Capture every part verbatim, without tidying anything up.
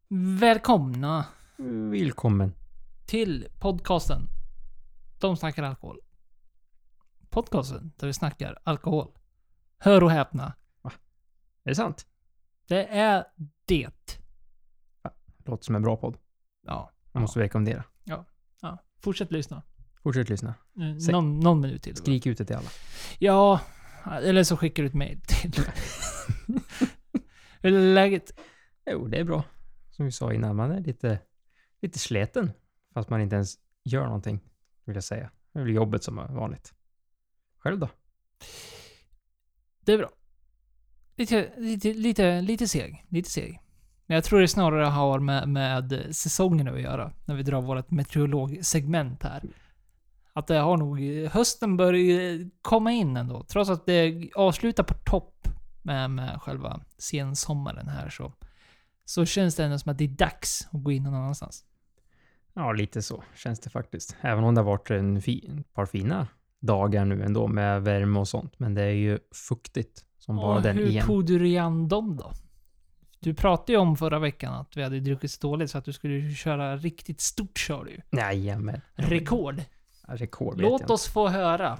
Välkomna Välkommen. till podcasten De snackar alkohol. Podcasten där vi snackar alkohol. Hör och häpna. Är det sant? Det är det. Låter som en bra podd. Ja. Jag måste rekommendera. ja. Fortsätt lyssna. Fortsätt lyssna. Mm, Säg- Någon, någon minut till. Skrik ut det till alla. Ja, eller så skickar du ett mejl till. Hur är läget? Jo, det är bra. Som vi sa innan, man är lite, lite sleten. Fast man inte ens gör någonting, vill jag säga. Det är väl jobbet som är vanligt. Själv då? Det är bra. Lite, lite, lite, lite seg. Lite seg. Men jag tror det snarare har med, med säsongen att göra. När vi drar vårt meteorologsegment här. Att det har nog... Hösten börjar komma in ändå. Trots att det avslutar på topp med, med själva sensommaren här så... Så känns det ändå som att det är dags att gå in någon annanstans. Ja, lite så känns det faktiskt. Även om det har varit en fi, ett par fina dagar nu ändå med värme och sånt. Men det är ju fuktigt som bara Och den hur igen. tog du dig an dem då? Du pratade ju om förra veckan att vi hade druckit så dåligt så att du skulle köra riktigt stort, kör du ju. Nej, men Rekord. Ja, rekord vet Låt jag oss få höra.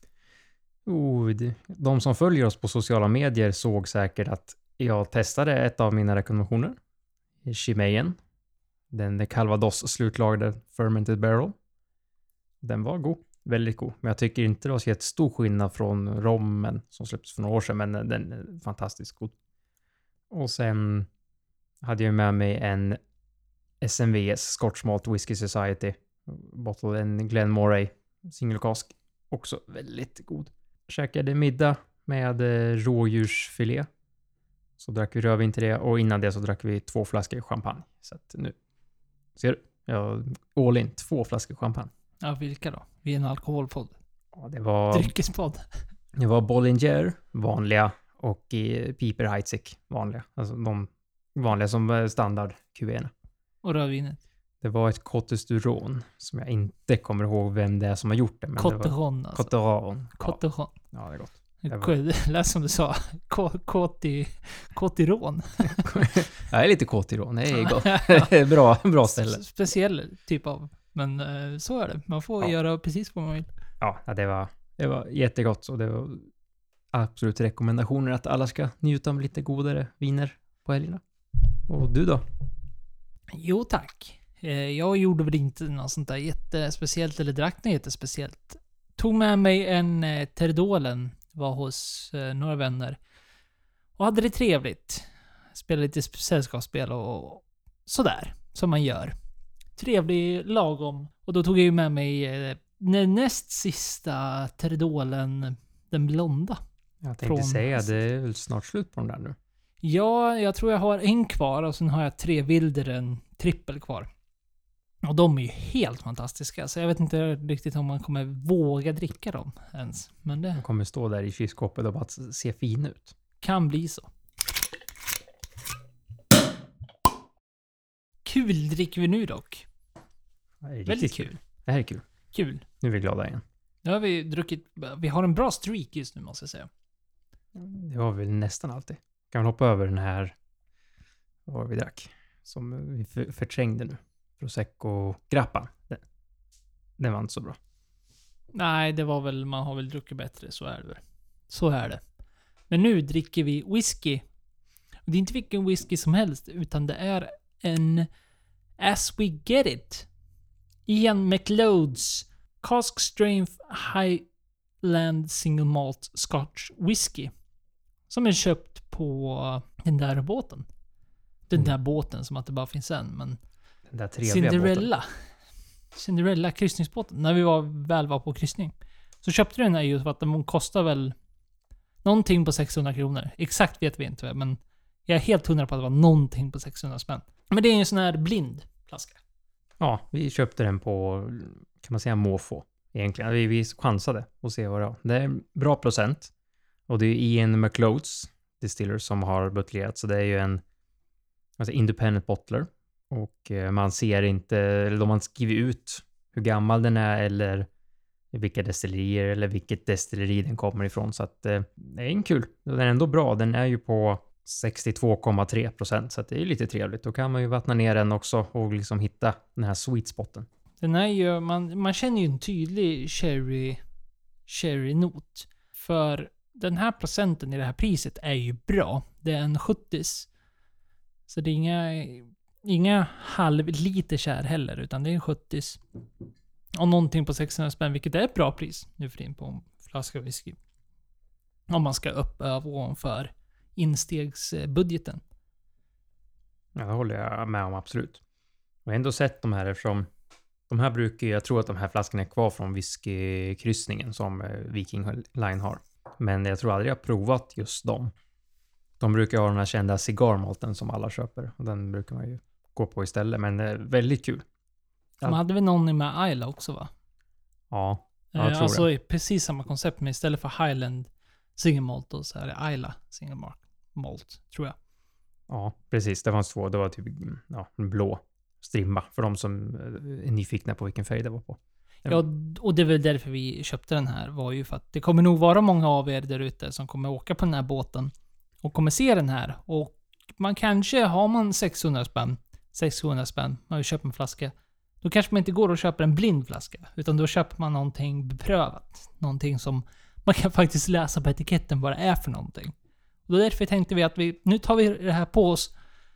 Oh, det- de som följer oss på sociala medier såg säkert att jag testade ett av mina rekommendationer. Chimeyen. Den Calvados slutlagrade Fermented Barrel. Den var god. Väldigt god. Men jag tycker inte det var så jättestor skillnad från rommen som släpptes för några år sedan. Men den är fantastiskt god. Och sen hade jag med mig en S M V S, Scotch Malt Whiskey Society. Bottle, en Glenmorangie single cask. Också väldigt god. Käkade middag med eh, rådjursfilé. Så drack vi rödvin till det. Och innan det så drack vi två flaskor champagne. Så att nu ser du. Jag all in. Två flaskor champagne. Ja, vilka då? Vi är en alkoholpodd. Ja, det var, Dryckespodd. det var Bollinger, vanliga. Och eh, Piper Heidsieck, vanliga. Alltså de vanliga som eh, standard Q N. Och rödvinet. Det var ett Côte d'Uron som jag inte kommer ihåg vem det är som har gjort det. Men det var Cotteron alltså. Côte d'Uron. Ja, Cotteron. ja, det är gott. Det lät som du sa. Kottiron. Jag är lite kåt i rån. Det är gott. Det är bra, bra ställe. Speciell typ av. Men eh, så är det. Man får Ja. göra precis vad man vill. Ja, det var, det var jättegott. Och det var absolut rekommendationer att alla ska njuta av lite godare viner på helgerna. Och du då? Jo tack. Eh, Jag gjorde väl inte något sånt där jättespeciellt eller drack något jättespeciellt. Tog med mig en eh, Terdolen. Var hos eh, några vänner. Och hade det trevligt. Spelade lite sällskapsspel och sådär. Som man gör. Trevlig, lagom. Och då tog jag ju med mig eh, den näst sista Terdolen. Den blonda. Jag tänkte Från- säga, det är väl snart slut på den där nu. Ja, jag tror jag har en kvar och sen har jag tre Wilderen trippel kvar. Och de är ju helt fantastiska. Så jag vet inte riktigt om man kommer våga dricka dem ens. Men det De kommer stå där i kylskåpet och bara se fin ut. kan bli så. Kul dricker vi nu dock. Det är riktigt Väldigt kul. Det här är kul. Kul. Nu är vi glada igen. Nu har vi druckit... Vi har en bra streak just nu måste jag säga. Det var väl nästan alltid. Kan vi hoppa över den här, vad var det vi drack? Som vi för- förträngde nu. Prosecco Grappa. Den, den var inte så bra. Nej, det var väl... Man har väl druckit bättre. Så är det väl. Så är det. Men nu dricker vi whisky. Och det är inte vilken whisky som helst. Utan det är en As We Get It. Ian McLeods Cask Strength Highland Single Malt Scotch Whisky. Som är köpt på den där båten. Den där båten, som att det bara finns en. Men Den där trevliga Cinderella. båten. Cinderella kryssningsbåten. När vi var, väl var på kryssning. Så köpte den här just för att den kostar väl någonting på sexhundra kronor. Exakt vet vi inte, men jag är helt hundra på att det var någonting på sexhundra spänn. Men det är en sån här blind flaska. Ja, vi köpte den på, kan man säga, måfå. Egentligen. Vi, vi chansade och se vad det var. Det är bra procent. Och det är Ian McLeods Distiller som har buteljerat. Så det är ju en alltså independent bottler. Och eh, man ser inte, eller de har inte skrivit ut hur gammal den är eller vilka destillerier eller vilket destilleri den kommer ifrån. Så att eh, det är en kul. Den är ändå bra. Den är ju på sextiotvå komma tre procent, så att det är lite trevligt. Då kan man ju vattna ner den också och liksom hitta den här sweet spoten. Den är ju, man, man känner ju en tydlig cherry, cherry-not. För den här procenten i det här priset är ju bra. Det är en sjuttio. Så det är inga, inga halvliters här heller, utan det är en sjuttio. Och någonting på sexhundra spänn, vilket är ett bra pris nu för din på en flaska whisky. Om man ska upp ovanför instegsbudgeten. Ja, det håller jag med om absolut. Jag har ändå sett de här eftersom de här brukar, jag tror att de här flaskorna är kvar från whiskykryssningen som Viking Line har. Men jag tror aldrig jag har provat just dem. De brukar ha den här kända cigarmalten som alla köper. Och den brukar man ju gå på istället. Men det är väldigt kul. De hade väl någon med Isla också va? Ja, jag tror alltså det. precis samma koncept, men istället för Highland Single Malt och så är det Isla Single Malt, tror jag. Ja, precis. Det fanns två. Det var typ ja, en blå strimma för de som är nyfikna på vilken färg det var på. Ja, och det är väl därför vi köpte den här, var ju för att det kommer nog vara många av er där ute som kommer åka på den här båten och kommer se den här. Och man kanske, har man sexhundra spänn, sexhundra spänn, man vill köpa en flaska, då kanske man inte går och köper en blind flaska, utan då köper man någonting beprövat. Någonting som man kan faktiskt läsa på etiketten vad det är för någonting. Och därför tänkte vi att vi, nu tar vi det här på oss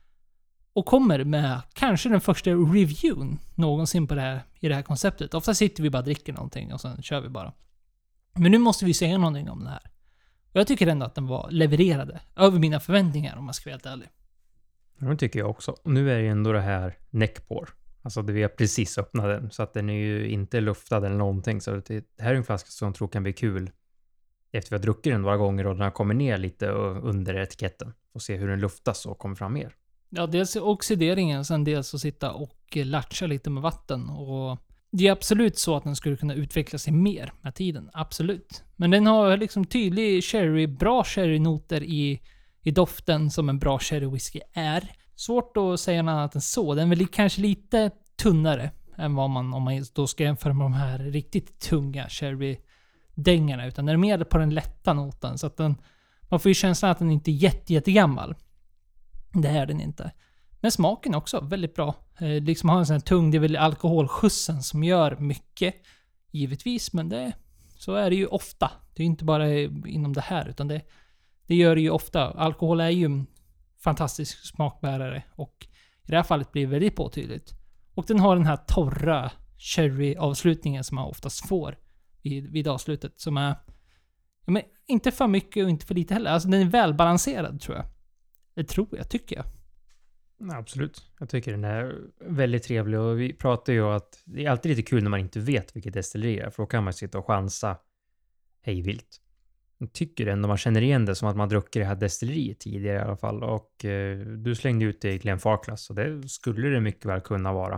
och kommer med kanske den första reviewen någonsin på det här, i det här konceptet. Ofta sitter vi bara och dricker någonting och sen kör vi bara. Men nu måste vi säga någonting om det här. Och jag tycker ändå att den var levererade över mina förväntningar, om man ska vara helt ärlig. Ja, det tycker jag också. Och nu är det ju ändå det här neckpour. Alltså det vi har precis öppnat den. Så att den är ju inte luftad eller någonting. Så det här är en flaska som jag tror kan bli kul efter vi har druckit den några gånger och den har kommit ner lite under etiketten. Och se hur den luftas och kommer fram mer. Ja, dels oxideringen, sen dels att sitta och latcha lite med vatten. Och det är absolut så att den skulle kunna utveckla sig mer med tiden. Absolut. Men den har liksom tydlig sherry, bra sherry-noter i, i doften som en bra sherry-whisky är. Svårt att säga något annat än så. Den är väl kanske lite tunnare än vad man, om man då ska jämföra med de här riktigt tunga sherry-dängarna. Utan den är mer på den lätta noten. Så att den, man får ju känslan att den inte är jätte, jättegammal. Det är den inte. Men smaken också väldigt bra. Eh, liksom har en sån här tung, det är väl alkoholskjutsen som gör mycket. Givetvis, men det, så är det ju ofta. Det är inte bara inom det här, utan det, det gör det ju ofta. Alkohol är ju en fantastisk smakbärare och i det här fallet blir det väldigt påtydligt. Och den har den här torra cherry-avslutningen som man oftast får vid, vid avslutet. Som är ja, men inte för mycket och inte för lite heller. Alltså den är välbalanserad tror jag. Det tror jag, tycker jag. Ja, absolut. Jag tycker den är väldigt trevlig och vi pratar ju att det är alltid lite kul när man inte vet vilket destilleri är, för då kan man sitta och chansa hejvilt. Jag tycker ändå man känner igen det som att man druckit det här destilleriet tidigare i alla fall och eh, du slängde ut det i Glenfarclas så det skulle det mycket väl kunna vara.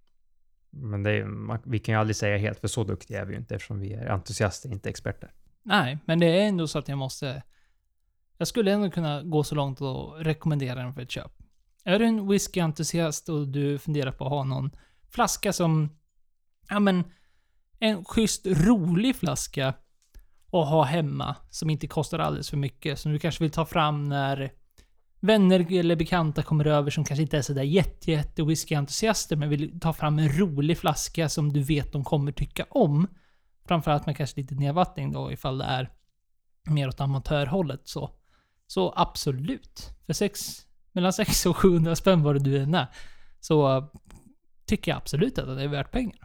Men det är, man, vi kan ju aldrig säga helt, för så duktiga är vi ju inte eftersom vi är entusiaster, inte experter. Nej, men det är ändå så att jag måste... Jag skulle ändå kunna gå så långt och rekommendera den för ett köp. Är du en whisky-entusiast och du funderar på att ha någon flaska som... Ja men... En schysst, rolig flaska att ha hemma som inte kostar alldeles för mycket. Som du kanske vill ta fram när vänner eller bekanta kommer över som kanske inte är sådär jätte, jätte whisky-entusiaster men vill ta fram en rolig flaska som du vet de kommer tycka om. Framförallt med kanske lite nedvattning då ifall det är mer åt amatörhållet så. Så absolut. För sex, mellan sex och sjuhundra spänn var det du än är. Så uh, tycker jag absolut att det är värt pengar.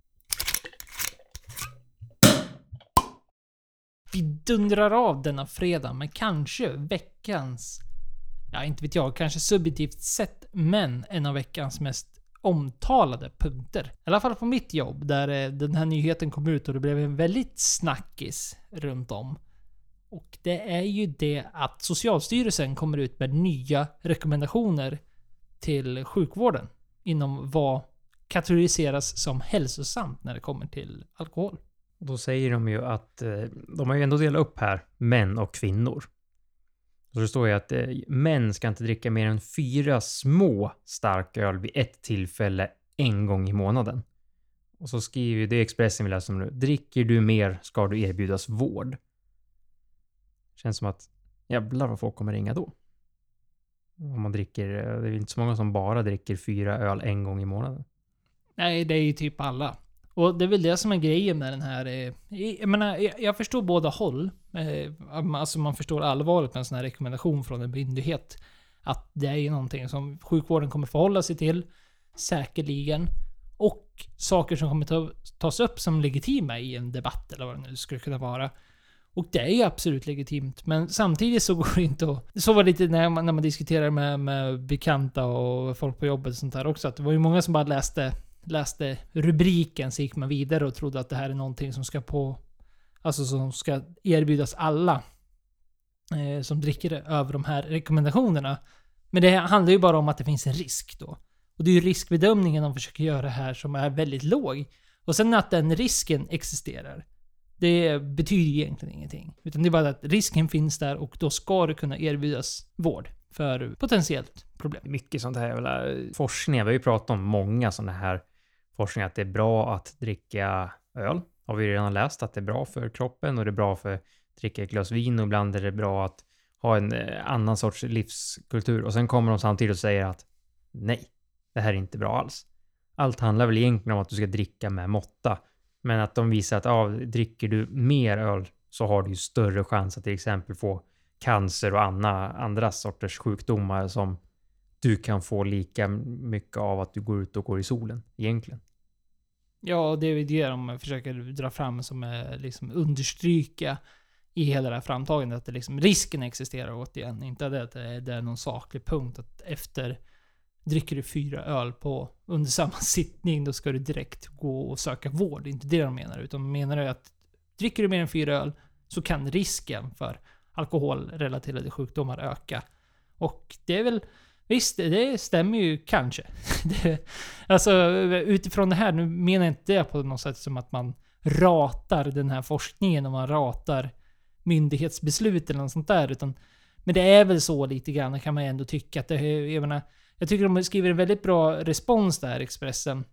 Vi dundrar av denna fredag med kanske veckans, ja inte vet jag, kanske subjektivt sett, men en av veckans mest omtalade punkter. I alla fall på mitt jobb där eh, den här nyheten kom ut och det blev en väldigt snackis runt om. Och det är ju det att Socialstyrelsen kommer ut med nya rekommendationer till sjukvården inom vad kategoriseras som hälsosamt när det kommer till alkohol. Då säger de ju att eh, de har ju ändå delat upp här män och kvinnor. Så det står ju att eh, män ska inte dricka mer än fyra små starköl vid ett tillfälle en gång i månaden. Och så skriver ju det Expressen vi läser om nu. Dricker du mer ska du erbjudas vård. Känns som att jävlar vad folk kommer ringa då. Om man dricker, det är inte så många som bara dricker fyra öl en gång i månaden. Nej, det är ju typ alla. Och det är väl det som är grejen med den här... Eh, jag menar, jag, jag förstår båda håll. Eh, alltså man förstår allvaret med en sån här rekommendation från en myndighet. Att det är ju någonting som sjukvården kommer förhålla sig till. Säkerligen. Och saker som kommer ta, tas upp som legitima i en debatt eller vad det nu skulle kunna vara. Och det är ju absolut legitimt. Men samtidigt så går det inte att... Så var det lite när man, när man diskuterar med, med bekanta och folk på jobbet och sånt där också. Att det var ju många som bara läste... läste rubriken så gick man vidare och trodde att det här är någonting som ska på, alltså som ska erbjudas alla eh, som dricker det över de här rekommendationerna. Men det handlar ju bara om att det finns en risk då. Och det är ju riskbedömningen de försöker göra här som är väldigt låg. Och sen att den risken existerar, det betyder egentligen ingenting. Utan det är bara att risken finns där och då ska det kunna erbjudas vård för potentiellt problem. Mycket sånt här, väl, forskning, vi har ju pratat om många sådana här forskning att det är bra att dricka öl. Har vi redan läst att det är bra för kroppen och det är bra för att dricka ett glas vin och ibland är det bra att ha en annan sorts livskultur. Och sen kommer de samtidigt och säger att nej, det här är inte bra alls. Allt handlar väl egentligen om att du ska dricka med måtta. Men att de visar att ja, dricker du mer öl så har du ju större chans att till exempel få cancer och andra, andra sorters sjukdomar som du kan få lika mycket av att du går ut och går i solen egentligen. Ja, det är det de försöker dra fram som är liksom understryka i hela det här framtagandet. Att det liksom, risken existerar återigen. Inte det att det är, det är någon saklig punkt. Att efter dricker du fyra öl på under samma sittning, då ska du direkt gå och söka vård. Det är inte det de menar. Utan de menar att dricker du mer än fyra öl så kan risken för alkoholrelaterade sjukdomar öka. Och det är väl... Visst, det stämmer ju kanske. Det, alltså utifrån det här, nu menar jag inte det på något sätt som att man ratar den här forskningen och man ratar myndighetsbeslut eller något sånt där. Utan, men det är väl så lite grann, kan man ändå tycka. Att det, jag, menar, jag tycker de skriver en väldigt bra respons där, Expressen.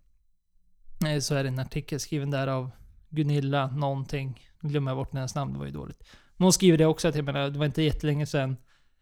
Så är det en artikel skriven där av Gunilla någonting. Nu glömmer jag bort hennes namn, det var ju dåligt. Men hon skriver det också, att jag menar, det var inte jättelänge sedan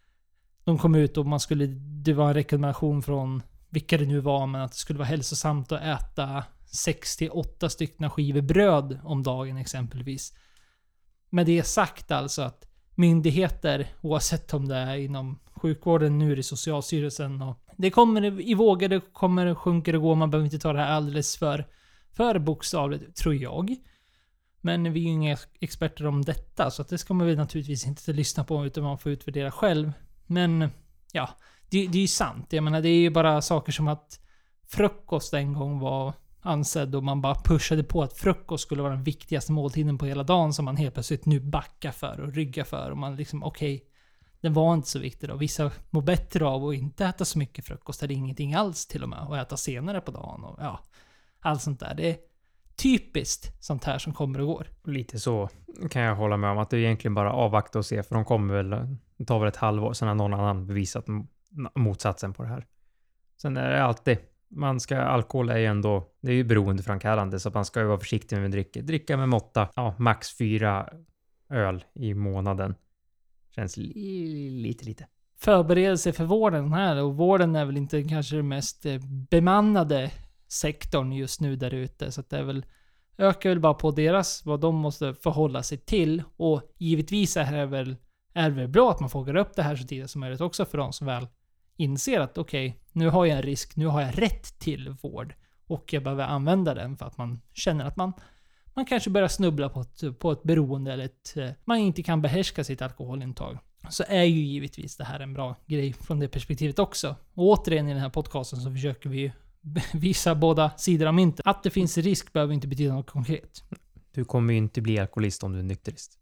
de kom ut och man skulle, det var en rekommendation från vilka det nu var, men att det skulle vara hälsosamt att äta sex till åtta stycken skivor bröd om dagen exempelvis. Med det sagt alltså att myndigheter, oavsett om det är inom sjukvården, nu är det Socialstyrelsen och det kommer i vågor, det kommer sjunker och går, man behöver inte ta det här alldeles för, för bokstavligt, tror jag. Men vi är ju inga experter om detta, så att det ska man väl naturligtvis inte lyssna på, utan man får utvärdera själv. Men ja, det, det är ju sant. Jag menar, det är ju bara saker som att frukost en gång var ansedd och man bara pushade på att frukost skulle vara den viktigaste måltiden på hela dagen, som man helt plötsligt nu backar för och ryggar för. Och man liksom, okej, okay, den var inte så viktig då. Vissa mår bättre av att inte äta så mycket frukost eller ingenting alls till och med, och äta senare på dagen och ja, allt sånt där. Det är typiskt sånt här som kommer och går. Lite så kan jag hålla med om, att det är egentligen bara avvakta och se, för de kommer väl, det tar väl ett halvår sen har någon annan bevisat motsatsen på det här. Sen är det alltid, man ska, alkohol är ju ändå, det är ju beroendeframkallande, så att man ska ju vara försiktig med att dricka. Dricka med måtta, ja, max fyra öl i månaden. Känns li, lite, lite. Förberedelse för vården här, och vården är väl inte kanske det mest bemannade sektorn just nu där ute, så att det är väl, ökar väl bara på deras, vad de måste förhålla sig till, och givetvis är det väl, är det väl bra att man fångar upp det här så tidigt som möjligt också för de som väl inser att okej, okay, nu har jag en risk, nu har jag rätt till vård och jag behöver använda den för att man känner att man man kanske börjar snubbla på ett, på ett beroende eller ett, man inte kan behärska sitt alkoholintag. Så är ju givetvis det här en bra grej från det perspektivet också. Och återigen i den här podcasten så försöker vi visa båda sidor av myntet. Att det finns risk behöver inte betyda något konkret. Du kommer ju inte bli alkoholist om du är nykterist.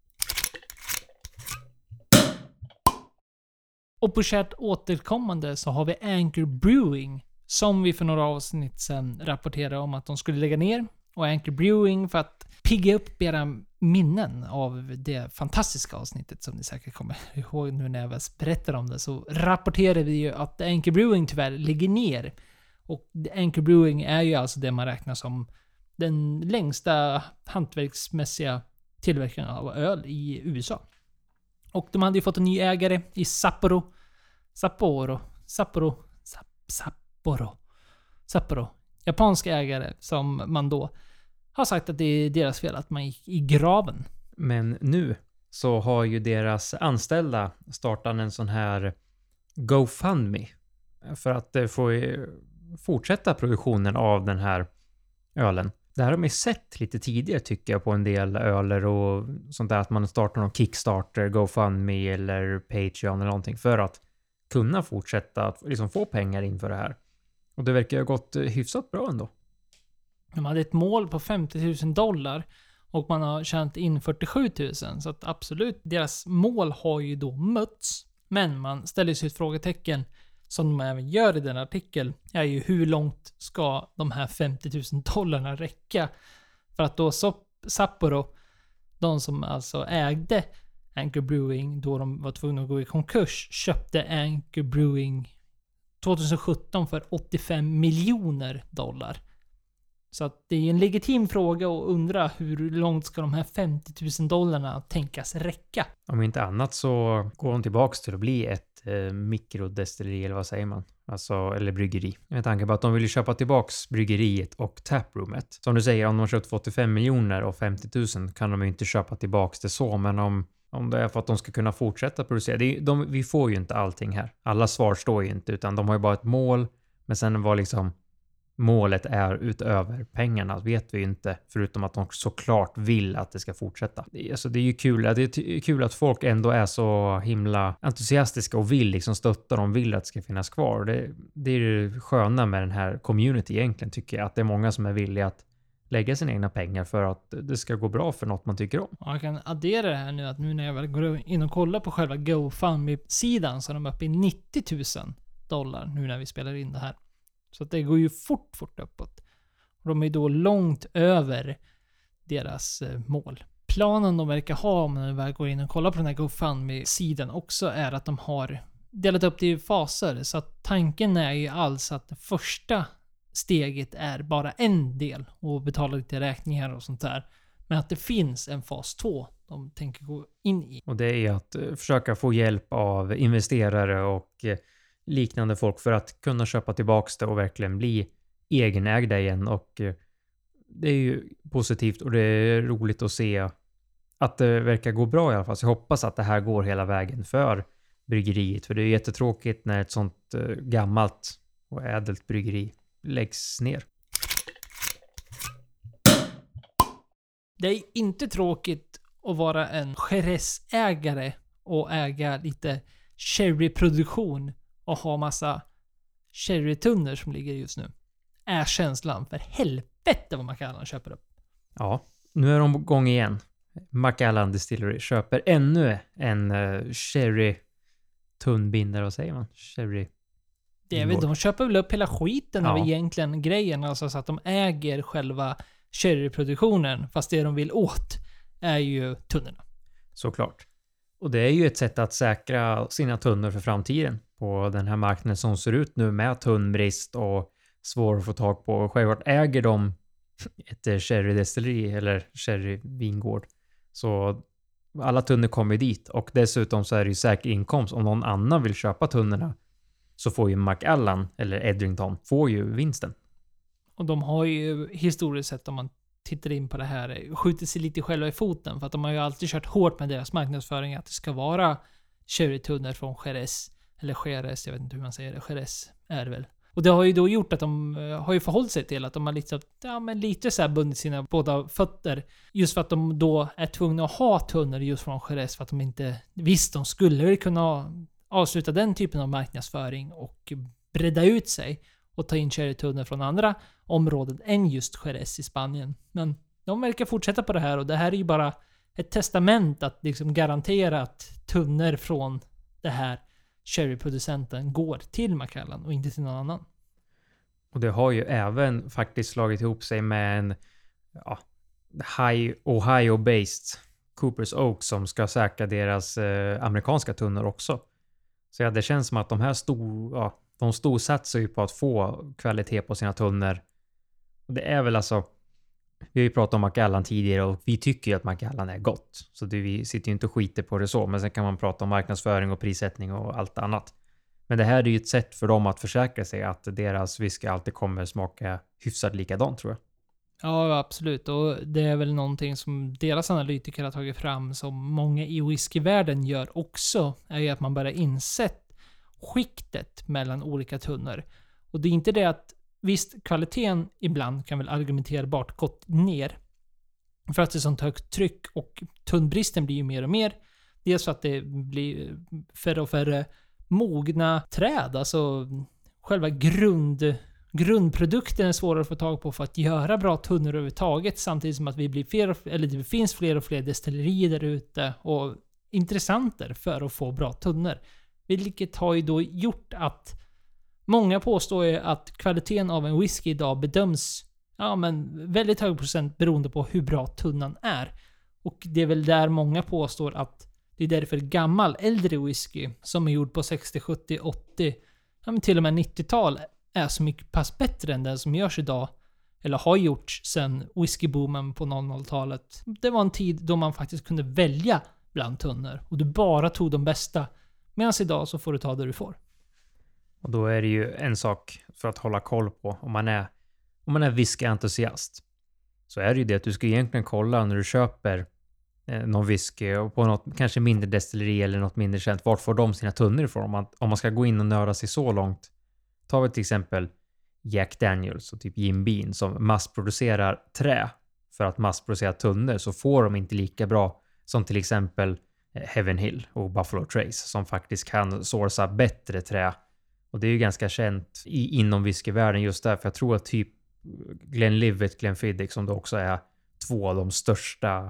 Och på kärt återkommande så har vi Anchor Brewing, som vi för några avsnitt sedan rapporterade om att de skulle lägga ner. Och Anchor Brewing, för att pigga upp era minnen av det fantastiska avsnittet som ni säkert kommer ihåg nu när jag väl berättar om det, så rapporterar vi ju att Anchor Brewing tyvärr ligger ner. Och Anchor Brewing är ju alltså det man räknar som den längsta hantverksmässiga tillverkaren av öl i U S A. Och de hade ju fått en ny ägare i Sapporo. Sapporo. Sapporo, Sap, Sapporo, Sapporo, japansk ägare som man då har sagt att det är deras fel att man gick i graven. Men nu så har ju deras anställda startat en sån här GoFundMe för att eh, få eh, fortsätta produktionen av den här ölen. Det här har man ju sett lite tidigare tycker jag på en del öler och sånt där, att man startar någon Kickstarter, GoFundMe eller Patreon eller någonting för att kunna fortsätta att liksom få pengar in för det här. Och det verkar ha gått hyfsat bra ändå. De hade ett mål på femtio tusen dollar och man har tjänat in fyrtiosju tusen. Så att absolut, deras mål har ju då mötts. Men man ställer sig ett frågetecken, som de även gör i den artikel, är ju hur långt ska de här femtio tusen dollarna räcka? För att då Sapporo, de som alltså ägde Anchor Brewing då de var tvungna att gå i konkurs, köpte Anchor Brewing tjugohundrasjutton för åttiofem miljoner dollar. Så att det är en legitim fråga att undra hur långt ska de här femtio tusen dollarna tänkas räcka? Om inte annat så går de tillbaks till att bli ett eh, mikrodestilleri eller vad säger man? Alltså, eller bryggeri. Med tanke på att de vill ju köpa tillbaks bryggeriet och taproomet. Som du säger, om de har köpt för åttiofem miljoner och femtio tusen kan de ju inte köpa tillbaks det så, men om Om det är för att de ska kunna fortsätta producera. Det är, de, vi får ju inte allting här. Alla svar står ju inte, utan de har ju bara ett mål. Men sen vad liksom målet är utöver pengarna vet vi ju inte. Förutom att de såklart vill att det ska fortsätta. Det är, alltså, det är ju kul. Det är kul att folk ändå är så himla entusiastiska och vill liksom stötta. De vill att det ska finnas kvar. Det, det är det sköna med den här community egentligen tycker jag. Att det är många som är villiga att lägga sina egna pengar för att det ska gå bra för något man tycker om. Ja, jag kan addera det här nu att nu när jag väl går in och kollar på själva GoFundMe-sidan så är de uppe i nittio tusen dollar nu när vi spelar in det här. Så att det går ju fort, fort uppåt. Och de är då långt över deras eh, mål. Planen de verkar ha om man väl går in och kollar på den här GoFundMe-sidan också är att de har delat upp det i faser. Så att tanken är ju alls att det första steget är bara en del och betala lite räkningar och sånt där. Men att det finns en fas två de tänker gå in i. Och det är att uh, försöka få hjälp av investerare och uh, liknande folk för att kunna köpa tillbaks det och verkligen bli egenägda igen. Och uh, det är ju positivt och det är roligt att se att det verkar gå bra i alla fall. Så jag hoppas att det här går hela vägen för bryggeriet. För det är jättetråkigt när ett sånt uh, gammalt och ädelt bryggeri läggs ner. Det är inte tråkigt att vara en Jerez-ägare och äga lite sherryproduktion och ha massa sherrytunnor som ligger just nu. Är känslan för helvete vad Macallan köper upp. Ja, nu är de igång igen. Macallan Distillery köper ännu en uh, sherry tunnbindare, vad säger man? Sherry. Det är väl, de köper väl upp hela skiten ja. av egentligen grejen. Alltså så att de äger själva sherryproduktionen. Fast det de vill åt är ju tunnorna. Såklart. Och det är ju ett sätt att säkra sina tunnor för framtiden. På den här marknaden som ser ut nu med tunnbrist och svår att få tag på. Självklart äger de ett sherrydestilleri eller sherryvingård. Så alla tunnor kommer dit. Och dessutom så är det ju säker inkomst. Om någon annan vill köpa tunnorna så får ju Macallan eller Edrington får ju vinsten. Och de har ju historiskt sett, om man tittar in på det här, skjutit sig lite själva i foten. För att de har ju alltid kört hårt med deras marknadsföring att det ska vara sherrytunnor från Jerez. Eller Jerez, jag vet inte hur man säger det. Jerez är det väl. Och det har ju då gjort att de har ju förhållit sig till att de har lite, ja, men lite så här bundit sina båda fötter. Just för att de då är tvungna att ha tunnor just från Jerez. För att de inte, visst de skulle väl kunna avsluta den typen av marknadsföring och bredda ut sig och ta in sherrytunnor från andra områden än just Jerez i Spanien. Men de verkar fortsätta på det här och det här är ju bara ett testament att liksom garantera att tunnor från det här sherryproducenten går till Macallan och inte till någon annan. Och det har ju även faktiskt slagit ihop sig med en ja, high Ohio-based Coopers Oak som ska säkra deras eh, amerikanska tunnor också. Så ja, det känns som att de här stor, ja, de storsatsar ju på att få kvalitet på sina tunnor. Och det är väl alltså, vi har ju pratat om Macallan tidigare och vi tycker ju att Macallan är gott. Så det, vi sitter ju inte och skiter på det så, men sen kan man prata om marknadsföring och prissättning och allt annat. Men det här är ju ett sätt för dem att försäkra sig att deras whisky alltid kommer smaka hyfsat likadant, tror jag. Ja, absolut. Och det är väl någonting som deras analytiker har tagit fram som många i whiskyvärlden gör också. Är ju att man bara insett skiktet mellan olika tunnor. Och det är inte det att visst, kvaliteten ibland kan väl argumenterbart gått ner. För att det är sånt högt tryck och tunnbristen blir ju mer och mer. Dels för att det blir färre och färre mogna träd. Alltså själva grund... Grundprodukten är svårare att få tag på för att göra bra tunnor överhuvudtaget, samtidigt som att vi blir fler, eller det finns fler och fler destillerier där ute och intressenter för att få bra tunnor. Vilket har ju då gjort att många påstår ju att kvaliteten av en whisky idag bedöms ja, men väldigt hög procent beroende på hur bra tunnan är. Och det är väl där många påstår att det är därför gammal, äldre whisky som är gjord på sextio, sjuttio, åttio, ja, men till och med nittiotal är så mycket pass bättre än den som görs idag. Eller har gjorts sedan whiskyboomen på noll noll-talet. Det var en tid då man faktiskt kunde välja bland tunnor. Och du bara tog de bästa. Medan idag så får du ta det du får. Och då är det ju en sak för att hålla koll på. Om man är, om man är whiskyentusiast. Så är det ju det att du ska egentligen kolla när du köper eh, någon whisky. Och på något kanske mindre destilleri eller något mindre känt. Vart får de sina tunnor ifrån? Om man, om man ska gå in och nörda sig så långt. Tar vi till exempel Jack Daniels och typ Jim Beam som massproducerar trä för att massproducera tunnor, så får de inte lika bra som till exempel Heaven Hill och Buffalo Trace som faktiskt kan sourca bättre trä. Och det är ju ganska känt i, inom whiskyvärlden just därför. Jag tror att typ Glenlivet, Glenfiddich som då också är två av de största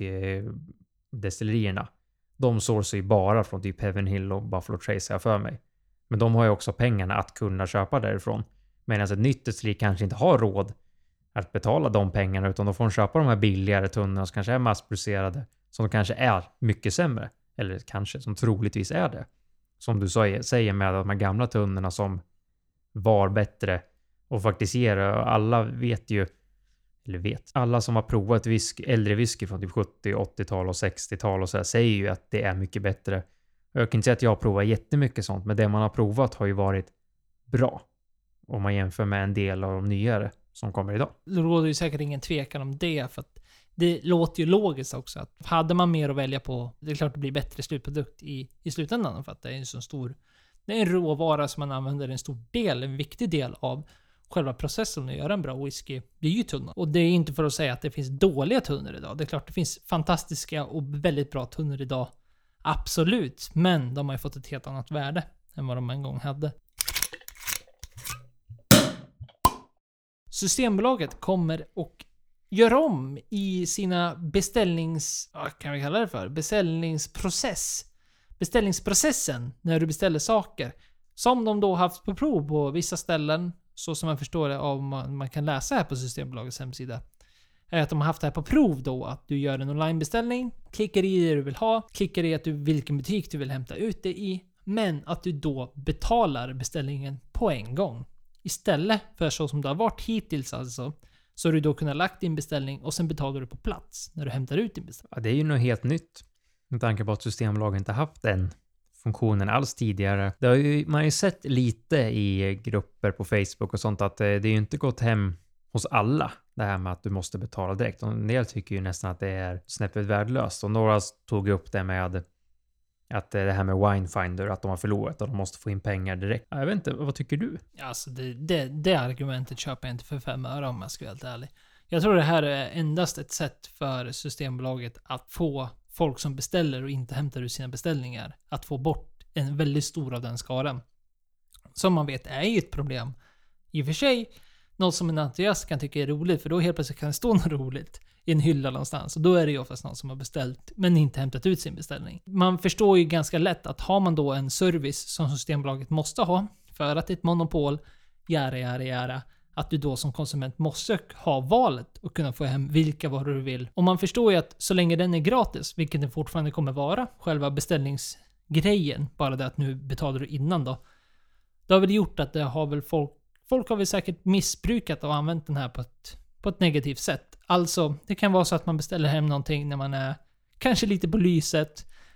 whiskydestillerierna. De sourcar ju bara från typ Heaven Hill och Buffalo Trace här för mig. Men de har ju också pengarna att kunna köpa därifrån. Medan ett nytt destilleri kanske inte har råd att betala de pengarna, utan de får köpa de här billigare tunnorna som kanske är massproducerade, som kanske är mycket sämre. Eller kanske, som troligtvis är det. Som du säger med de här gamla tunnorna som var bättre och faktiskt ger. Alla vet ju, eller vet, alla som har provat whisky, äldre whisky från typ sjuttio, åttiotal och sextiotal och så här, säger ju att det är mycket bättre. Jag kan inte säga att jag har provat jättemycket sånt, men det man har provat har ju varit bra. Om man jämför med en del av de nyare som kommer idag. Det råder ju säkert ingen tvekan om det, för att det låter ju logiskt också att hade man mer att välja på, det är klart det blir bättre slutprodukt i, i slutändan, för att det är en så stor, det är en råvara som man använder en stor del, en viktig del av själva processen att göra en bra whisky. Det är ju tunnor. Och det är inte för att säga att det finns dåliga tunnor idag. Det är klart det finns fantastiska och väldigt bra tunnor idag. Absolut, men de har ju fått ett helt annat värde än vad de en gång hade. Systembolaget kommer och gör om i sina beställnings... Vad kan vi kalla det för? Beställningsprocess. Beställningsprocessen när du beställer saker. Som de då haft på prov på vissa ställen. Så som man förstår det av man, man kan läsa här på Systembolagets hemsida. Är att de har haft det här på prov då. Att du gör en onlinebeställning. Klickar i det du vill ha. Klickar i att du, vilken butik du vill hämta ut det i. Men att du då betalar beställningen på en gång. Istället för så som det har varit hittills alltså. Så har du då kunnat lagt din beställning och sen betalar du på plats när du hämtar ut din beställning. Ja, det är ju något helt nytt. Med tanke på att Systembolaget inte haft den funktionen alls tidigare. Det har ju, man har ju sett lite i grupper på Facebook och sånt att det är ju inte gått hem hos alla. Det här med att du måste betala direkt. Och en del tycker ju nästan att det är snäppet värdelöst. Och några tog upp det med att det här med Winefinder, att de har förlorat och de måste få in pengar direkt. Jag vet inte, vad tycker du? Alltså det, det, det argumentet köper jag inte för fem öre om jag ska vara helt ärlig. Jag tror det här är endast ett sätt för Systembolaget att få folk som beställer och inte hämtar ut sina beställningar att få bort en väldigt stor av den skaran. Som man vet är ju ett problem. I och för sig, något som en entusiast kan tycka är roligt, för då helt plötsligt kan det stå något roligt i en hylla någonstans. Och då är det ju oftast någon som har beställt men inte hämtat ut sin beställning. Man förstår ju ganska lätt att har man då en service som Systembolaget måste ha för att det är ett monopol, jära, jära, jära, att du då som konsument måste ha valet och kunna få hem vilka varor du vill. Och man förstår ju att så länge den är gratis, vilket den fortfarande kommer vara, själva beställningsgrejen, bara det att nu betalar du innan då. Det har väl gjort att det har väl folk, folk har väl säkert missbrukat och använt den här på ett, på ett negativt sätt. Alltså, det kan vara så att man beställer hem någonting när man är kanske lite på lyset.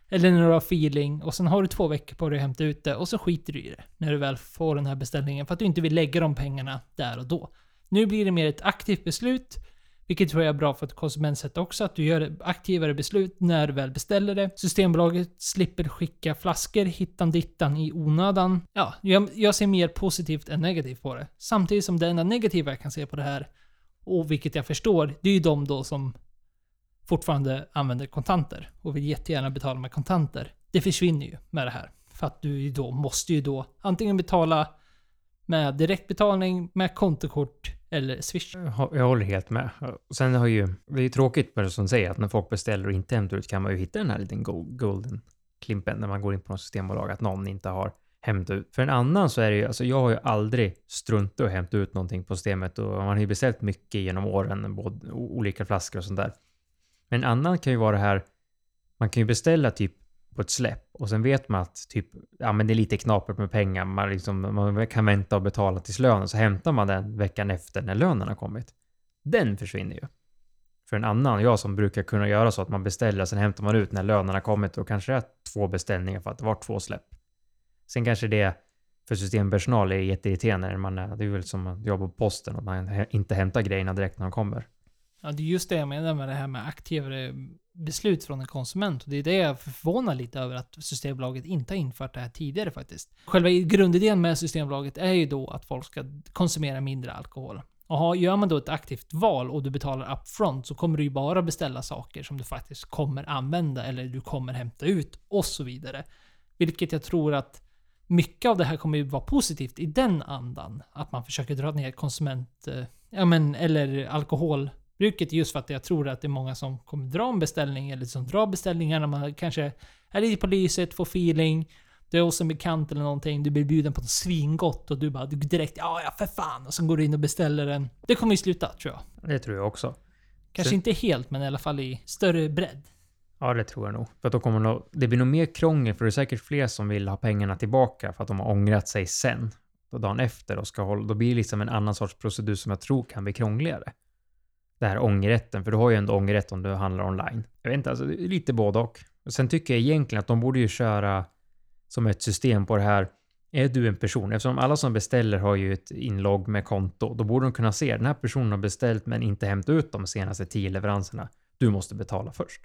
Eller när du har feeling och sen har du två veckor på dig att hämta ut det och så skiter du i det när du väl får den här beställningen för att du inte vill lägga de pengarna där och då. Nu blir det mer ett aktivt beslut, vilket tror jag är bra för ett konsumentsätt också, att du gör aktivare beslut när du väl beställer det. Systembolaget slipper skicka flaskor hittan dittan i onödan. Ja, jag, jag ser mer positivt än negativt på det. Samtidigt som det enda negativa jag kan se på det här, och vilket jag förstår, det är ju de då som fortfarande använder kontanter och vill jättegärna betala med kontanter. Det försvinner ju med det här. För att du då måste ju då antingen betala med direktbetalning, med kontokort eller Swish. Jag håller helt med. Sen har ju, det är ju tråkigt med det som säger att när folk beställer och inte hämtar ut kan man ju hitta den här liten golden klimpen när man går in på något systembolag att någon inte har hämtat ut. För en annan så är det ju, alltså jag har ju aldrig struntat att hämta ut någonting på systemet och man har ju beställt mycket genom åren, både olika flaskor och sånt där. Men en annan kan ju vara det här, man kan ju beställa typ på ett släpp och sen vet man att typ, ja men det är lite knapert med pengar, man, liksom, man kan vänta och betala tills lönen, så hämtar man den veckan efter när lönen har kommit. Den försvinner ju. För en annan, jag som brukar kunna göra så att man beställer och sen hämtar man ut när lönen har kommit och kanske är två beställningar för att det var två släpp. Sen kanske det för systempersonal är jätteirriterande när man är, det är väl som att jobba på posten och man inte hämtar grejerna direkt när de kommer. Ja, det är just det jag menar med det här med aktivare beslut från en konsument. Och det är det jag förvånar lite över att Systembolaget inte har infört det här tidigare faktiskt. Själva grundidén med Systembolaget är ju då att folk ska konsumera mindre alkohol. Och gör man då ett aktivt val och du betalar upfront så kommer du ju bara beställa saker som du faktiskt kommer använda eller du kommer hämta ut och så vidare. Vilket jag tror att mycket av det här kommer ju vara positivt i den andan. Att man försöker dra ner konsument, ja men, eller alkoholbruket just för att jag tror att det är många som kommer dra en beställning eller som drar beställningar när man kanske är lite på lyset, får feeling. Det är hos en bekant eller någonting, du blir bjuden på något svingott och du bara direkt, ja ja för fan, och så går du in och beställer den. Det kommer ju sluta tror jag. Det tror jag också. Kanske så... inte helt, men i alla fall i större bredd. Ja, det tror jag nog. För att då kommer nog, det blir nog mer krångel för det är säkert fler som vill ha pengarna tillbaka för att de har ångrat sig sen. Då dagen efter och ska hålla, då blir det liksom en annan sorts procedur som jag tror kan bli krångligare. Det här ångerrätten, för du har ju ändå ångerrätt om du handlar online. Jag vet inte, alltså det är lite både och. Och sen tycker jag egentligen att de borde ju köra som ett system på det här. Är du en person? Eftersom alla som beställer har ju ett inlogg med konto, då borde de kunna se den här personen har beställt men inte hämtat ut de senaste tio leveranserna. Du måste betala först.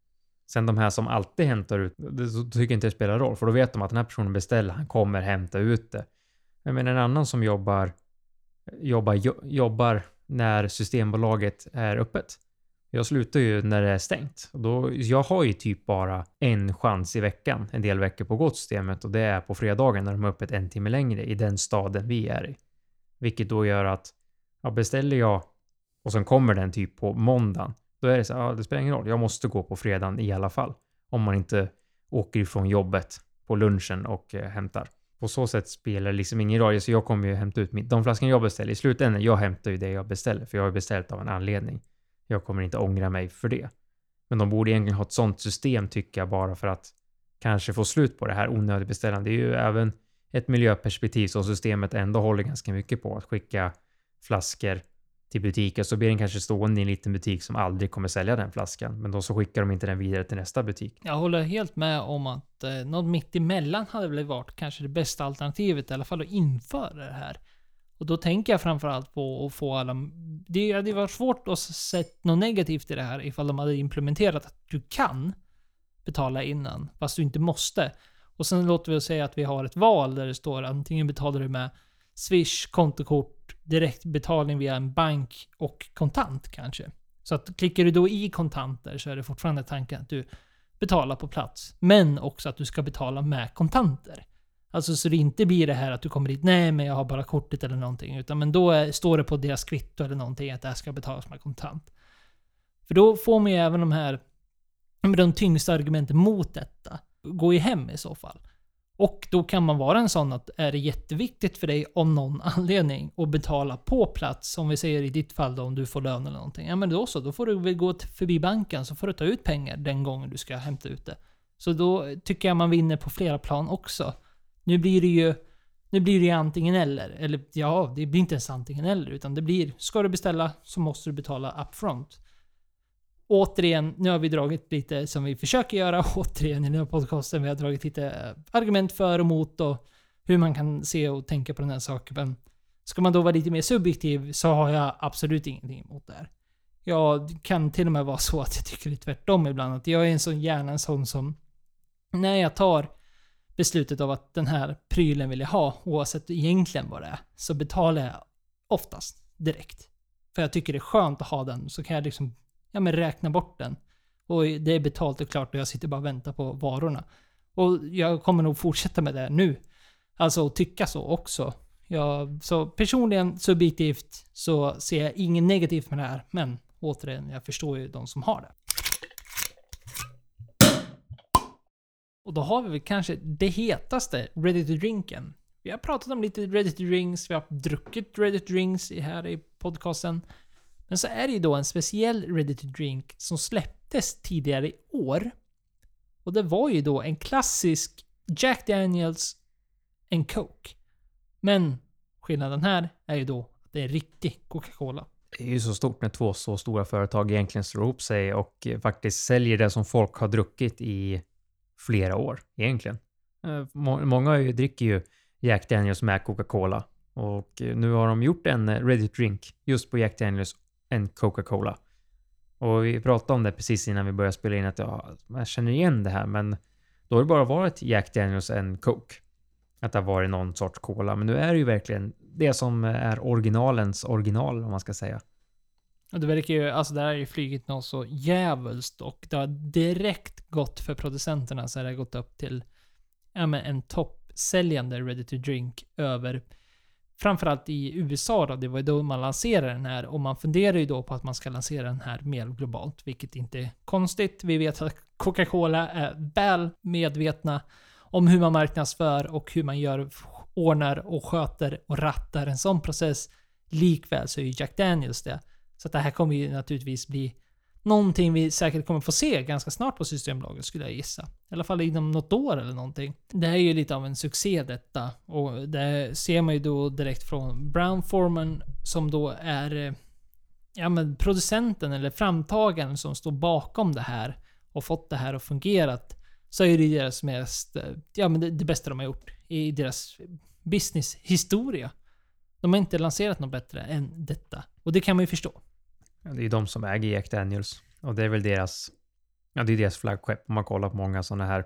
Sen de här som alltid hämtar ut, det tycker inte det spelar roll. För då vet de att den här personen beställer, han kommer hämta ut det. Men en annan som jobbar, jobbar, jobbar när Systembolaget är öppet. Jag slutar ju när det är stängt. Och då, jag har ju typ bara en chans i veckan, en del veckor på gåsystemet. Och det är på fredagen när de är öppet en timme längre i den staden vi är i. Vilket då gör att, ja, beställer jag och sen kommer den typ på måndagen. Då är det så, ja, det spelar ingen roll. Jag måste gå på fredagen i alla fall. Om man inte åker ifrån jobbet på lunchen och eh, hämtar. På så sätt spelar det liksom ingen roll. Så jag kommer ju hämta ut mitt, de flaskan jag beställer. I slutändan, jag hämtar ju det jag beställer. För jag har beställt av en anledning. Jag kommer inte ångra mig för det. Men de borde egentligen ha ett sånt system tycker jag bara för att kanske få slut på det här onödiga beställandet. Det är ju även ett miljöperspektiv som systemet ändå håller ganska mycket på. Att skicka flaskor till butiker så blir den kanske stående i en liten butik som aldrig kommer sälja den flaskan. Men då så skickar de inte den vidare till nästa butik. Jag håller helt med om att eh, något mitt emellan hade väl varit kanske det bästa alternativet i alla fall att införa det här. Och då tänker jag framförallt på att få alla... Det hade varit svårt att se något negativt i det här ifall de hade implementerat att du kan betala innan, fast du inte måste. Och sen låter vi oss säga att vi har ett val där det står antingen betalar du med Swish, kontokort, direktbetalning via en bank och kontant kanske. Så att klickar du då i kontanter så är det fortfarande tanken att du betalar på plats. Men också att du ska betala med kontanter. Alltså så det inte blir det här att du kommer dit, nej men jag har bara kortet eller någonting. Utan men då är, står det på deras kvitto eller någonting att det här ska betalas med kontant. För då får man ju även de här, de tyngsta argumenten mot detta. Gå i hem i så fall. Och då kan man vara en sån att är det jätteviktigt för dig om någon anledning att betala på plats, som vi säger i ditt fall då, om du får lön eller någonting. Ja men då så, då får du väl gå förbi banken så får du ta ut pengar den gången du ska hämta ut det. Så då tycker jag man vinner på flera plan också. Nu blir det ju nu blir det ju antingen eller. Eller ja, det blir inte ens antingen eller. Utan det blir, ska du beställa så måste du betala upfront. återigen, nu har vi dragit lite som vi försöker göra återigen i den här podcasten. Vi har dragit lite argument för och emot och hur man kan se och tänka på den här saken. Men ska man då vara lite mer subjektiv så har jag absolut ingenting emot det här. Jag kan till och med vara så att jag tycker det är tvärtom ibland. Att jag är en sån gärna en sån som när jag tar beslutet av att den här prylen vill jag ha, oavsett egentligen vad det är, så betalar jag oftast direkt. För jag tycker det är skönt att ha den, så kan jag liksom ja, men räkna bort den. Och det är betalt och klart och jag sitter bara och väntar på varorna. Och jag kommer nog fortsätta med det nu. Alltså tycka så också. Jag, så personligen, subjektivt, så ser jag inget negativt med det här. Men återigen, jag förstår ju de som har det. Och då har vi väl kanske det hetaste ready to drinken. Vi har pratat om lite ready to drinks, vi har druckit ready to drinks här i podcasten. Men så är det ju då en speciell ready to drink som släpptes tidigare i år. Och det var ju då en klassisk Jack Daniels and Coke. Men skillnaden här är ju då att det är riktig Coca-Cola. Det är ju så stort när två så stora företag egentligen slår ihop sig och faktiskt säljer det som folk har druckit i flera år egentligen. Många dricker ju Jack Daniels med Coca-Cola och nu har de gjort en ready to drink just på Jack Daniels and Coca-Cola. Och vi pratade om det precis innan vi började spela in att jag, jag känner igen det här, men då har det bara varit Jack Daniels and Coke. Att det har varit någon sorts cola, men nu är det ju verkligen det som är originalens original om man ska säga. Och det verkar ju, alltså det här är ju flygit något så jävulst och det har direkt gått för producenterna så har det gått upp till ja, men en toppsäljande ready to drink över framförallt i U S A då, det var ju då man lanserade den här och man funderar ju då på att man ska lansera den här mer globalt, vilket inte är konstigt. Vi vet att Coca-Cola är väl medvetna om hur man marknadsför och hur man gör, ordnar och sköter och rattar en sån process. Likväl så är ju Jack Daniels det. Så att det här kommer ju naturligtvis bli någonting vi säkert kommer få se ganska snart på Systembolaget skulle jag gissa. I alla fall inom något år eller någonting. Det här är ju lite av en succé detta. Och det ser man ju då direkt från Brown-Forman som då är ja, men producenten eller framtagaren som står bakom det här och fått det här att fungera. Så är det deras mest, ja men det, det bästa de har gjort i deras business-historia. De har inte lanserat något bättre än detta. Och det kan man ju förstå. Ja, det är ju de som äger Jack Daniels. Och det är väl deras, ja det är deras flaggskepp. Om man kollar på många sådana här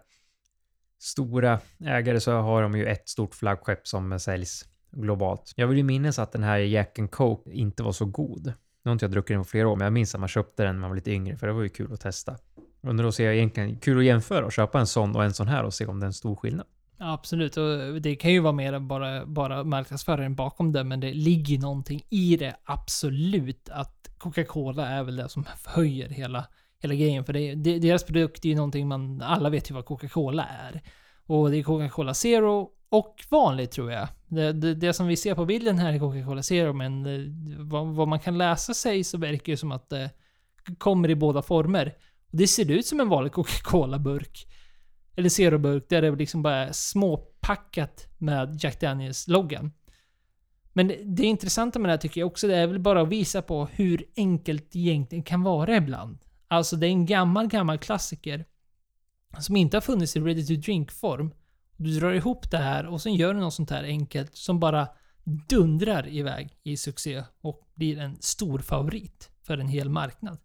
stora ägare så har de ju ett stort flaggskepp som säljs globalt. Jag vill ju minnas att den här Jack and Coke inte var så god. Nu har inte jag druckit den på flera år, men jag minns att man köpte den när man var lite yngre, för det var ju kul att testa. Undrar att se egentligen kul att jämföra och köpa en sån och en sån här och se om det är en stor skillnad. Ja, absolut, och det kan ju vara mer än bara, bara marknadsföraren bakom det, men det ligger någonting i det absolut att Coca-Cola är väl det som höjer hela, hela grejen. För det, det, deras produkt är ju någonting man, alla vet ju vad Coca-Cola är. Och det är Coca-Cola Zero och vanligt tror jag. Det, det, det som vi ser på bilden här är Coca-Cola Zero, men det, vad, vad man kan läsa sig så verkar det som att det kommer i båda former. Och det ser ut som en vanlig Coca-Cola-burk. Eller Zero-burk, där det liksom bara är småpackat med Jack Daniels-loggan. Men det, det intressanta med det här tycker jag också, det är väl bara att visa på hur enkelt det egentligen kan vara ibland. Alltså det är en gammal, gammal klassiker som inte har funnits i ready to drink-form. Du drar ihop det här och sen gör du något sånt här enkelt som bara dundrar iväg i succé och blir en stor favorit för en hel marknad.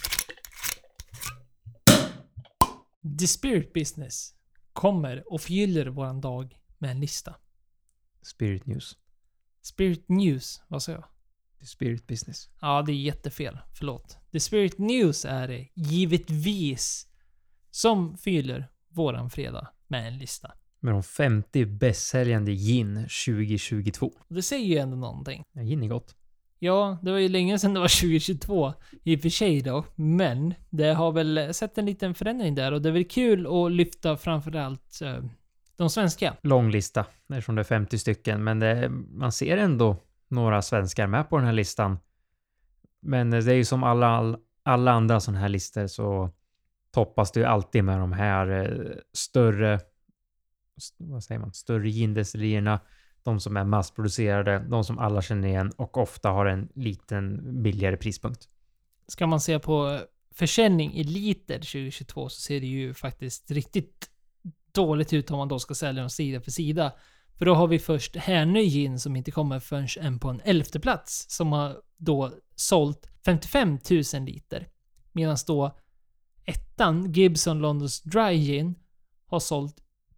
The Spirit Business kommer och fyller våran dag med en lista. Spirit News. Spirit News, vad sa jag? The Spirit Business. Ja, det är jättefel. Förlåt. The Spirit News är det givetvis som fyller våran fredag med en lista. Med de femtio bästsäljande gin tjugo tjugotvå. Och det säger ju ändå någonting. Ja, gin är gott. Ja, det var ju länge sedan det var tjugo tjugotvå i och för sig då. Men det har väl sett en liten förändring där och det är väl kul att lyfta framförallt eh, de svenska. Lång lista, eftersom det är femtio stycken. Men det, man ser ändå några svenskar med på den här listan. Men det är ju som alla, alla andra sådana här listor så toppas det ju alltid med de här eh, större, vad säger man, större gindestillerierna. De som är massproducerade, de som alla känner igen och ofta har en liten billigare prispunkt. Ska man se på försäljning i liter tjugohundratjugotvå så ser det ju faktiskt riktigt dåligt ut om man då ska sälja dem sida för sida. För då har vi först Härnö Gin som inte kommer förrän än på en elfte plats som har då sålt femtiofem tusen liter. Medan då ettan, Gibson Londons Dry Gin, har sålt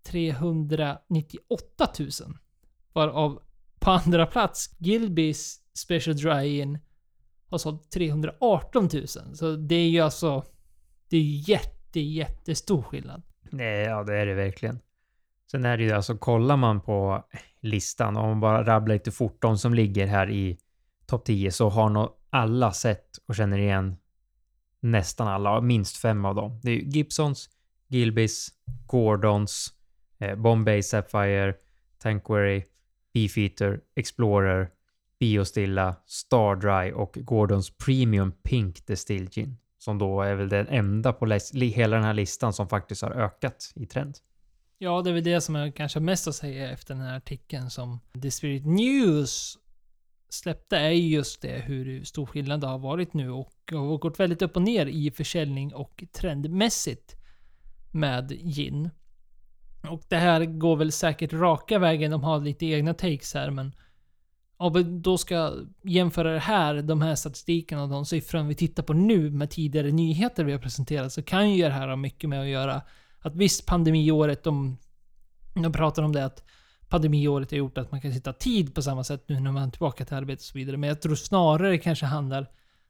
trehundranittioåtta tusen. Varav på andra plats Gilbey's Special Dry Gin har sålt trehundraarton tusen. Så det är ju alltså, det är jätte, jättestor skillnad. Nej, ja det är det verkligen. Sen är det ju alltså, kollar man på listan, om man bara rabblar lite fort, de som ligger här i topp tio, så har nog alla sett och känner igen nästan alla, minst fem av dem. Det är ju Gibsons, Gilbey's, Gordons, eh, Bombay Sapphire, Tanqueray, Beefeater, Explorer, Biostilla, Star Dry och Gordons Premium Pink Distilled Gin. Som då är väl den enda på les- hela den här listan som faktiskt har ökat i trend. Ja, det är väl det som jag kanske har mest att säga efter den här artikeln som The Spirit News släppte, är just det hur stor skillnad det har varit nu och har gått väldigt upp och ner i försäljning och trendmässigt med gin. Och det här går väl säkert raka vägen, de har lite egna takes här, men om vi då ska jämföra det här, de här statistiken och de siffrorna vi tittar på nu med tidigare nyheter vi har presenterat, så kan ju det här ha mycket med att göra. Att visst, pandemiåret, de, de pratar om det, att pandemiåret har gjort att man kan sitta tid på samma sätt nu när man är tillbaka till arbete och så vidare. Men jag tror snarare det kanske handlar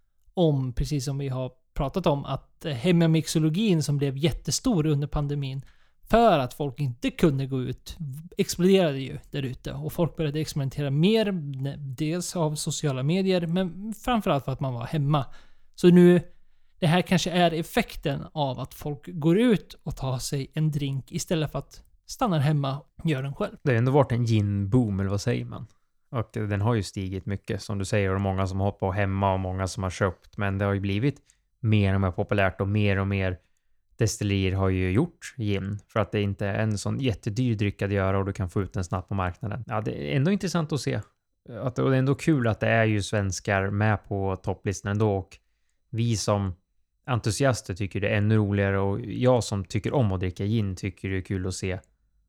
om, precis som vi har pratat om, att hemmamixologin som blev jättestor under pandemin, för att folk inte kunde gå ut, exploderade ju där ute. Och folk började experimentera mer, dels av sociala medier, men framförallt för att man var hemma. Så nu, det här kanske är effekten av att folk går ut och tar sig en drink istället för att stanna hemma och göra den själv. Det har ändå varit en gin-boom, eller vad säger man? Och den har ju stigit mycket, som du säger, och många som har hållit på hemma och många som har köpt. Men det har ju blivit mer och mer populärt och mer och mer destillerier har ju gjort gin. För att det inte är en sån jättedyr dryck att göra och du kan få ut den snabbt på marknaden. Ja, det är ändå intressant att se. Att, och det är ändå kul att det är ju svenskar med på topplistan ändå. Och vi som entusiaster tycker det är ännu roligare, och jag som tycker om att dricka gin tycker det är kul att se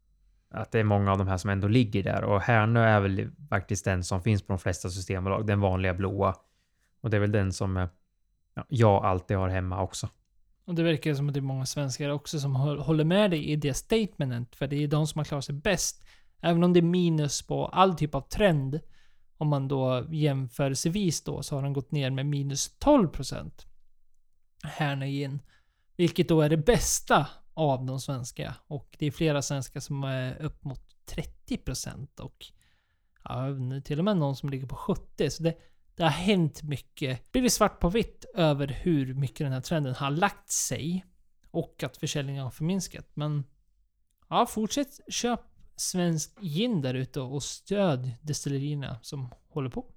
att det är många av de här som ändå ligger där. Och Härnö är väl faktiskt den som finns på de flesta systembolag, den vanliga blåa. Och det är väl den som ja, jag alltid har hemma också. Och det verkar som att det är många svenskar också som håller med dig i det statementet, för det är de som har klarat sig bäst. Även om det är minus på all typ av trend, om man då jämförelsevis då, så har den gått ner med minus tolv procent. Härnö Gin. Vilket då är det bästa av de svenska. Och det är flera svenska som är upp mot trettio procent. Och ja, till och med någon som ligger på sjuttio. Så det, det har hänt mycket. Det blir svart på vitt över hur mycket den här trenden har lagt sig. Och att försäljningen har förminskat. Men ja, fortsätt köp svensk gin där ute och stöd destillerierna som håller på.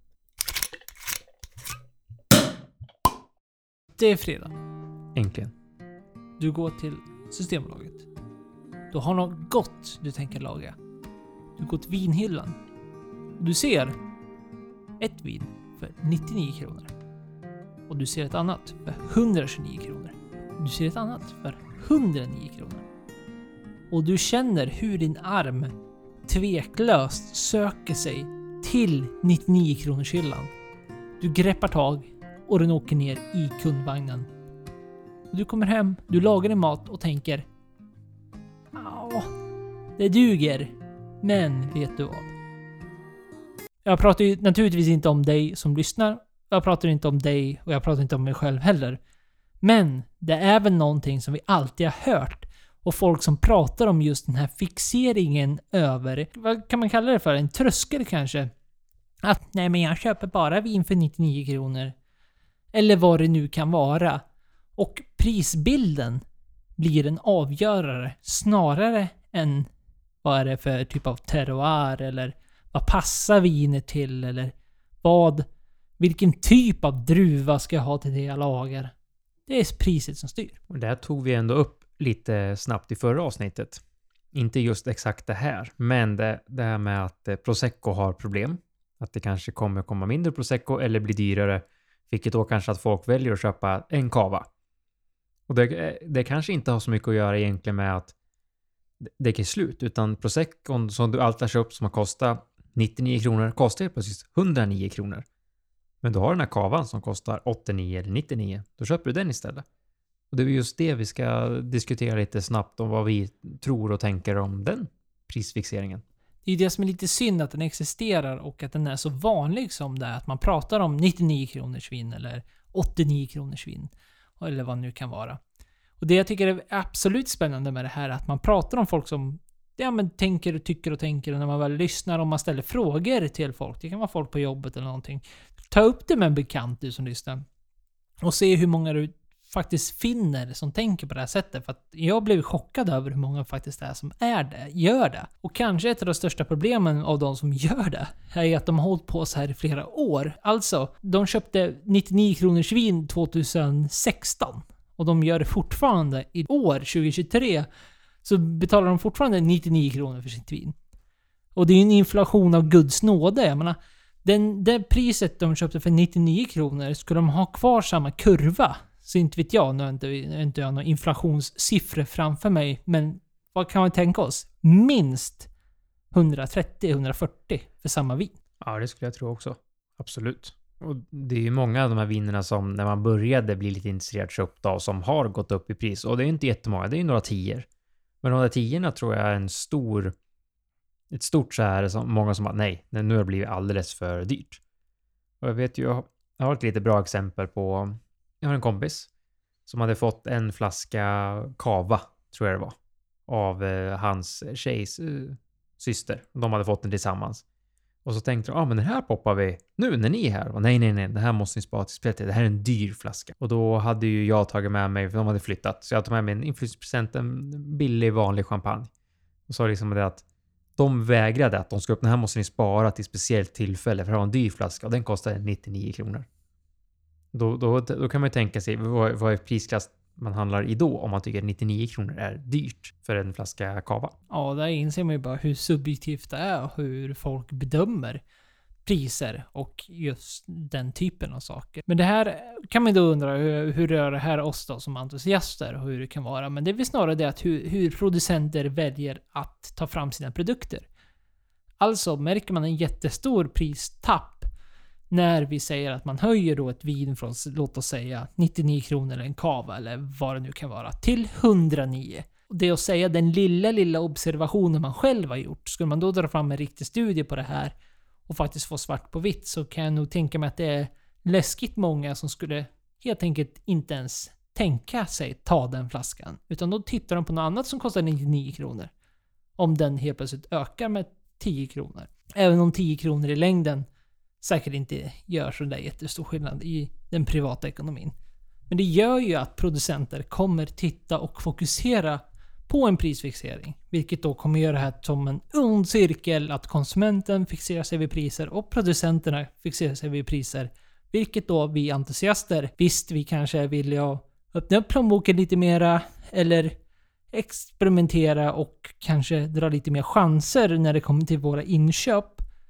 Det är fredag. Äntligen. Du går till Systembolaget. Du har något gott du tänker laga. Du går till vinhyllan. Du ser ett vin för nittionio kronor. Och du ser ett annat för hundratjugonio kronor. Du ser ett annat för hundranio kronor. Och du känner hur din arm tveklöst söker sig till nittionio kronors hyllan. Du greppar tag och den åker ner i kundvagnen. Du kommer hem, du lagar din mat och tänker: ja, det duger. Men vet du vad? Jag pratar ju naturligtvis inte om dig som lyssnar. Jag pratar inte om dig och jag pratar inte om mig själv heller. Men det är väl någonting som vi alltid har hört. Och folk som pratar om just den här fixeringen över, vad kan man kalla det för? En tröskel kanske. Att nej, men jag köper bara vin för nittionio kronor. Eller vad det nu kan vara. Och prisbilden blir en avgörare snarare än vad är det för typ av terroir, eller vad passar vinet till, eller vad, vilken typ av druva ska jag ha till det jag lagar. Det är priset som styr. Och det här tog vi ändå upp lite snabbt i förra avsnittet. Inte just exakt det här, men det, det här med att Prosecco har problem. Att det kanske kommer komma mindre Prosecco eller bli dyrare. Vilket då kanske att folk väljer att köpa en cava. Och det, det kanske inte har så mycket att göra egentligen med att det är slut, utan Proseccon som du alltid har köpt som har kostat nittionio kronor kostar ju precis hundranio kronor. Men du har den här kavan som kostar åttionio eller nittionio. Då köper du den istället. Och det är just det vi ska diskutera lite snabbt om vad vi tror och tänker om den prisfixeringen. Det är det som är lite synd att den existerar och att den är så vanlig som det är. Att man pratar om nittionio kronors vin eller åttionio kronors vin. Eller vad det nu kan vara. Och det jag tycker är absolut spännande med det här är att man pratar om folk som ja, men tänker och tycker och tänker. Och när man väl lyssnar och man ställer frågor till folk. Det kan vara folk på jobbet eller någonting. Ta upp det med en bekant du som lyssnar. Och se hur många du faktiskt finner som tänker på det här sättet. För att jag blev chockad över hur många faktiskt är som är det, gör det. Och kanske ett av de största problemen av de som gör det är att de har hållit på så här i flera år. Alltså, de köpte nittionio kronors vin tjugohundrasexton. Och de gör det fortfarande i år, tjugohundratjugotre. Så betalar de fortfarande nittionio kronor för sitt vin. Och det är ju en inflation av Guds nåde. Jag menar, den, det priset de köpte för nittionio kronor, skulle de ha kvar samma kurva? Så inte vet jag, nu har inte, inte jag några inflationssiffror framför mig. Men vad kan man tänka oss? Minst hundratrettio till hundrafyrtio för samma vin. Ja, det skulle jag tro också. Absolut. Och det är ju många av de här vinerna som när man började bli lite intresserad köpt av som har gått upp i pris. Och det är inte jättemånga, det är ju några tior. Men de där tiorna tror jag är en stor, ett stort så här, som många som bara nej, nu har det blivit alldeles för dyrt. Och jag vet ju, jag har ett lite bra exempel på, jag har en kompis som hade fått en flaska kava, tror jag det var, av eh, hans tjejs eh, syster. De hade fått den tillsammans. Och så tänkte de, ja ah, men den här poppar vi nu när ni är här. Och nej, nej, nej, det här måste ni spara till spelet. Det här är en dyr flaska. Och då hade ju jag tagit med mig, för de hade flyttat. Så jag tog med mig en inflyttningspresent, en billig vanlig champagne. Och så liksom det att de vägrade att de skulle upp, den här måste ni spara till speciellt tillfälle. För det var en dyr flaska och den kostade nittionio kronor. Då, då, då kan man ju tänka sig, vad, vad är prisklass man handlar i då om man tycker att nittionio kronor är dyrt för en flaska kava. Ja, där inser man ju bara hur subjektivt det är och hur folk bedömer priser och just den typen av saker. Men det här kan man då undra, hur, hur rör det här oss då som entusiaster och hur det kan vara. Men det är väl snarare det att hur, hur producenter väljer att ta fram sina produkter. Alltså märker man en jättestor pristapp när vi säger att man höjer då ett vin från, låt oss säga, nittionio kronor eller en kava eller vad det nu kan vara, till hundranio. Och det att säga den lilla, lilla observationen man själv har gjort. Skulle man då dra fram en riktig studie på det här och faktiskt få svart på vitt, så kan jag nog tänka mig att det är läskigt många som skulle helt enkelt inte ens tänka sig ta den flaskan. Utan då tittar de på något annat som kostar nittionio kronor. Om den helt plötsligt ökar med tio kronor. Även om tio kronor i längden säkert inte gör så där jättestor skillnad i den privata ekonomin. Men det gör ju att producenter kommer titta och fokusera på en prisfixering. Vilket då kommer göra det här som en ond cirkel, att konsumenten fixerar sig vid priser och producenterna fixerar sig vid priser. Vilket då vi entusiaster, visst vi kanske är villiga att öppna upp plånboken lite mera eller experimentera och kanske dra lite mer chanser när det kommer till våra inköp.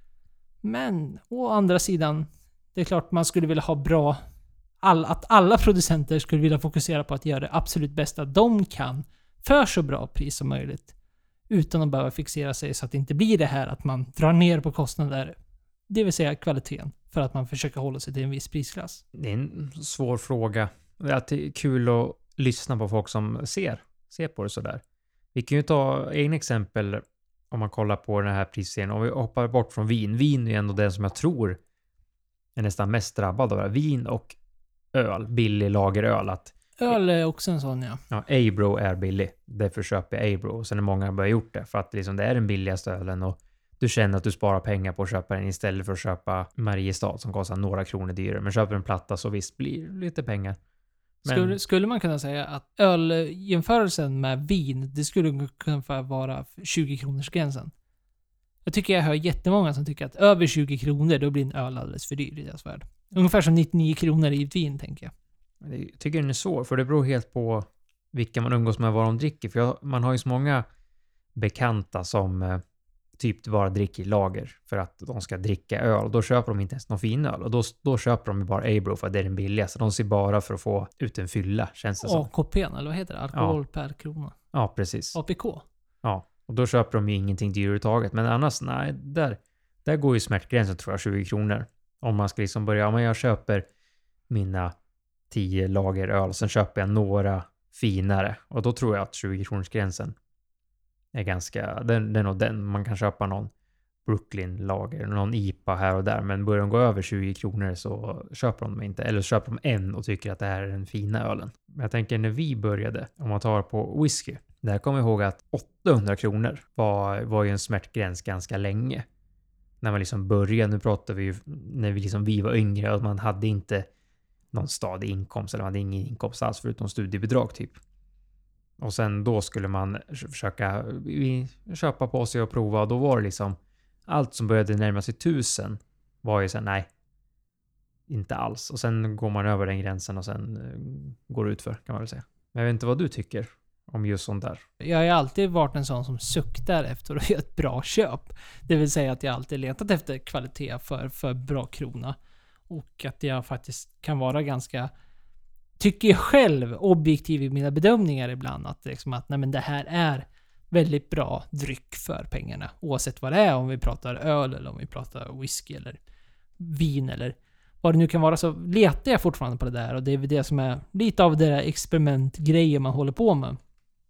Men å andra sidan, det är klart man skulle vilja ha bra, all, att alla producenter skulle vilja fokusera på att göra det absolut bästa de kan för så bra pris som möjligt. Utan att behöva fixera sig så att det inte blir det här att man drar ner på kostnader, det vill säga kvaliteten, för att man försöker hålla sig till en viss prisklass. Det är en svår fråga. Det är kul att lyssna på folk som ser, ser på det sådär. Vi kan ju ta egna exempel om man kollar på den här prisserien. Om vi hoppar bort från vin. Vin är ändå den som jag tror är nästan mest drabbad av det. Vin och öl. Billig lageröl. Att, öl är också en sån, ja. Ja, Abro är billig. Därför köper jag Abro. Och sen är många börjat gjort det. För att liksom det är den billigaste ölen. Och du känner att du sparar pengar på att köpa den istället för att köpa Mariestad som kostar några kronor dyrare. Men köper en platta så visst blir det lite pengar. Men Skulle, skulle man kunna säga att öljämförelsen med vin, det skulle kunna vara tjugo kronors gränsen. Jag tycker jag hör jättemånga som tycker att över tjugo kronor, då blir en öl alldeles för dyr i deras värld. Ungefär som nittionio kronor i ett vin, tänker jag. Jag tycker den är svår, för det beror helt på vilka man umgås med, vad de dricker. För jag, man har ju så många bekanta som eh, typ bara dricker lager för att de ska dricka öl. Då köper de inte ens någon fin öl. Och då, då köper de bara A-Bro för att det är den billigaste. De ser bara för att få ut en fylla, känns det som. A K P, eller vad heter det? Alkohol ja. Per krona. Ja, precis. A P K. Ja, och då köper de ju ingenting dyrt överhuvudtaget. Men annars, nej, där, där går ju smärtgränsen tror jag tjugo kronor. Om man ska liksom börja, ja men jag köper mina tio lager öl, sen köper jag några finare. Och då tror jag att tjugo kronors gränsen är ganska, den, den och den. Man kan köpa någon Brooklyn-lager, någon I P A här och där. Men börjar de gå över tjugo kronor så köper de inte. Eller så köper de en och tycker att det här är den fina ölen. Men jag tänker när vi började, om man tar på whisky. Där kommer jag ihåg att åttahundra kronor var, var ju en smärtgräns ganska länge. När man liksom började, nu pratar vi ju när vi, liksom, vi var yngre och man hade inte någon stadig inkomst eller man hade ingen inkomst alls förutom studiebidrag typ. Och sen då skulle man försöka köpa på sig och prova och då var det liksom allt som började närma sig tusen var ju så här, nej, inte alls. Och sen går man över den gränsen och sen går det ut för kan man väl säga. Men jag vet inte vad du tycker om just sånt där. Jag har ju alltid varit en sån som suktar efter att göra ett bra köp. Det vill säga att jag alltid letat efter kvalitet för, för bra krona. Och att jag faktiskt kan vara ganska, tycker jag själv, objektiv i mina bedömningar ibland. Att, liksom att nej, men det här är väldigt bra dryck för pengarna. Oavsett vad det är, om vi pratar öl eller om vi pratar whisky eller vin eller vad det nu kan vara, så letar jag fortfarande på det där. Och det är väl det som är lite av det där experimentgrejer man håller på med.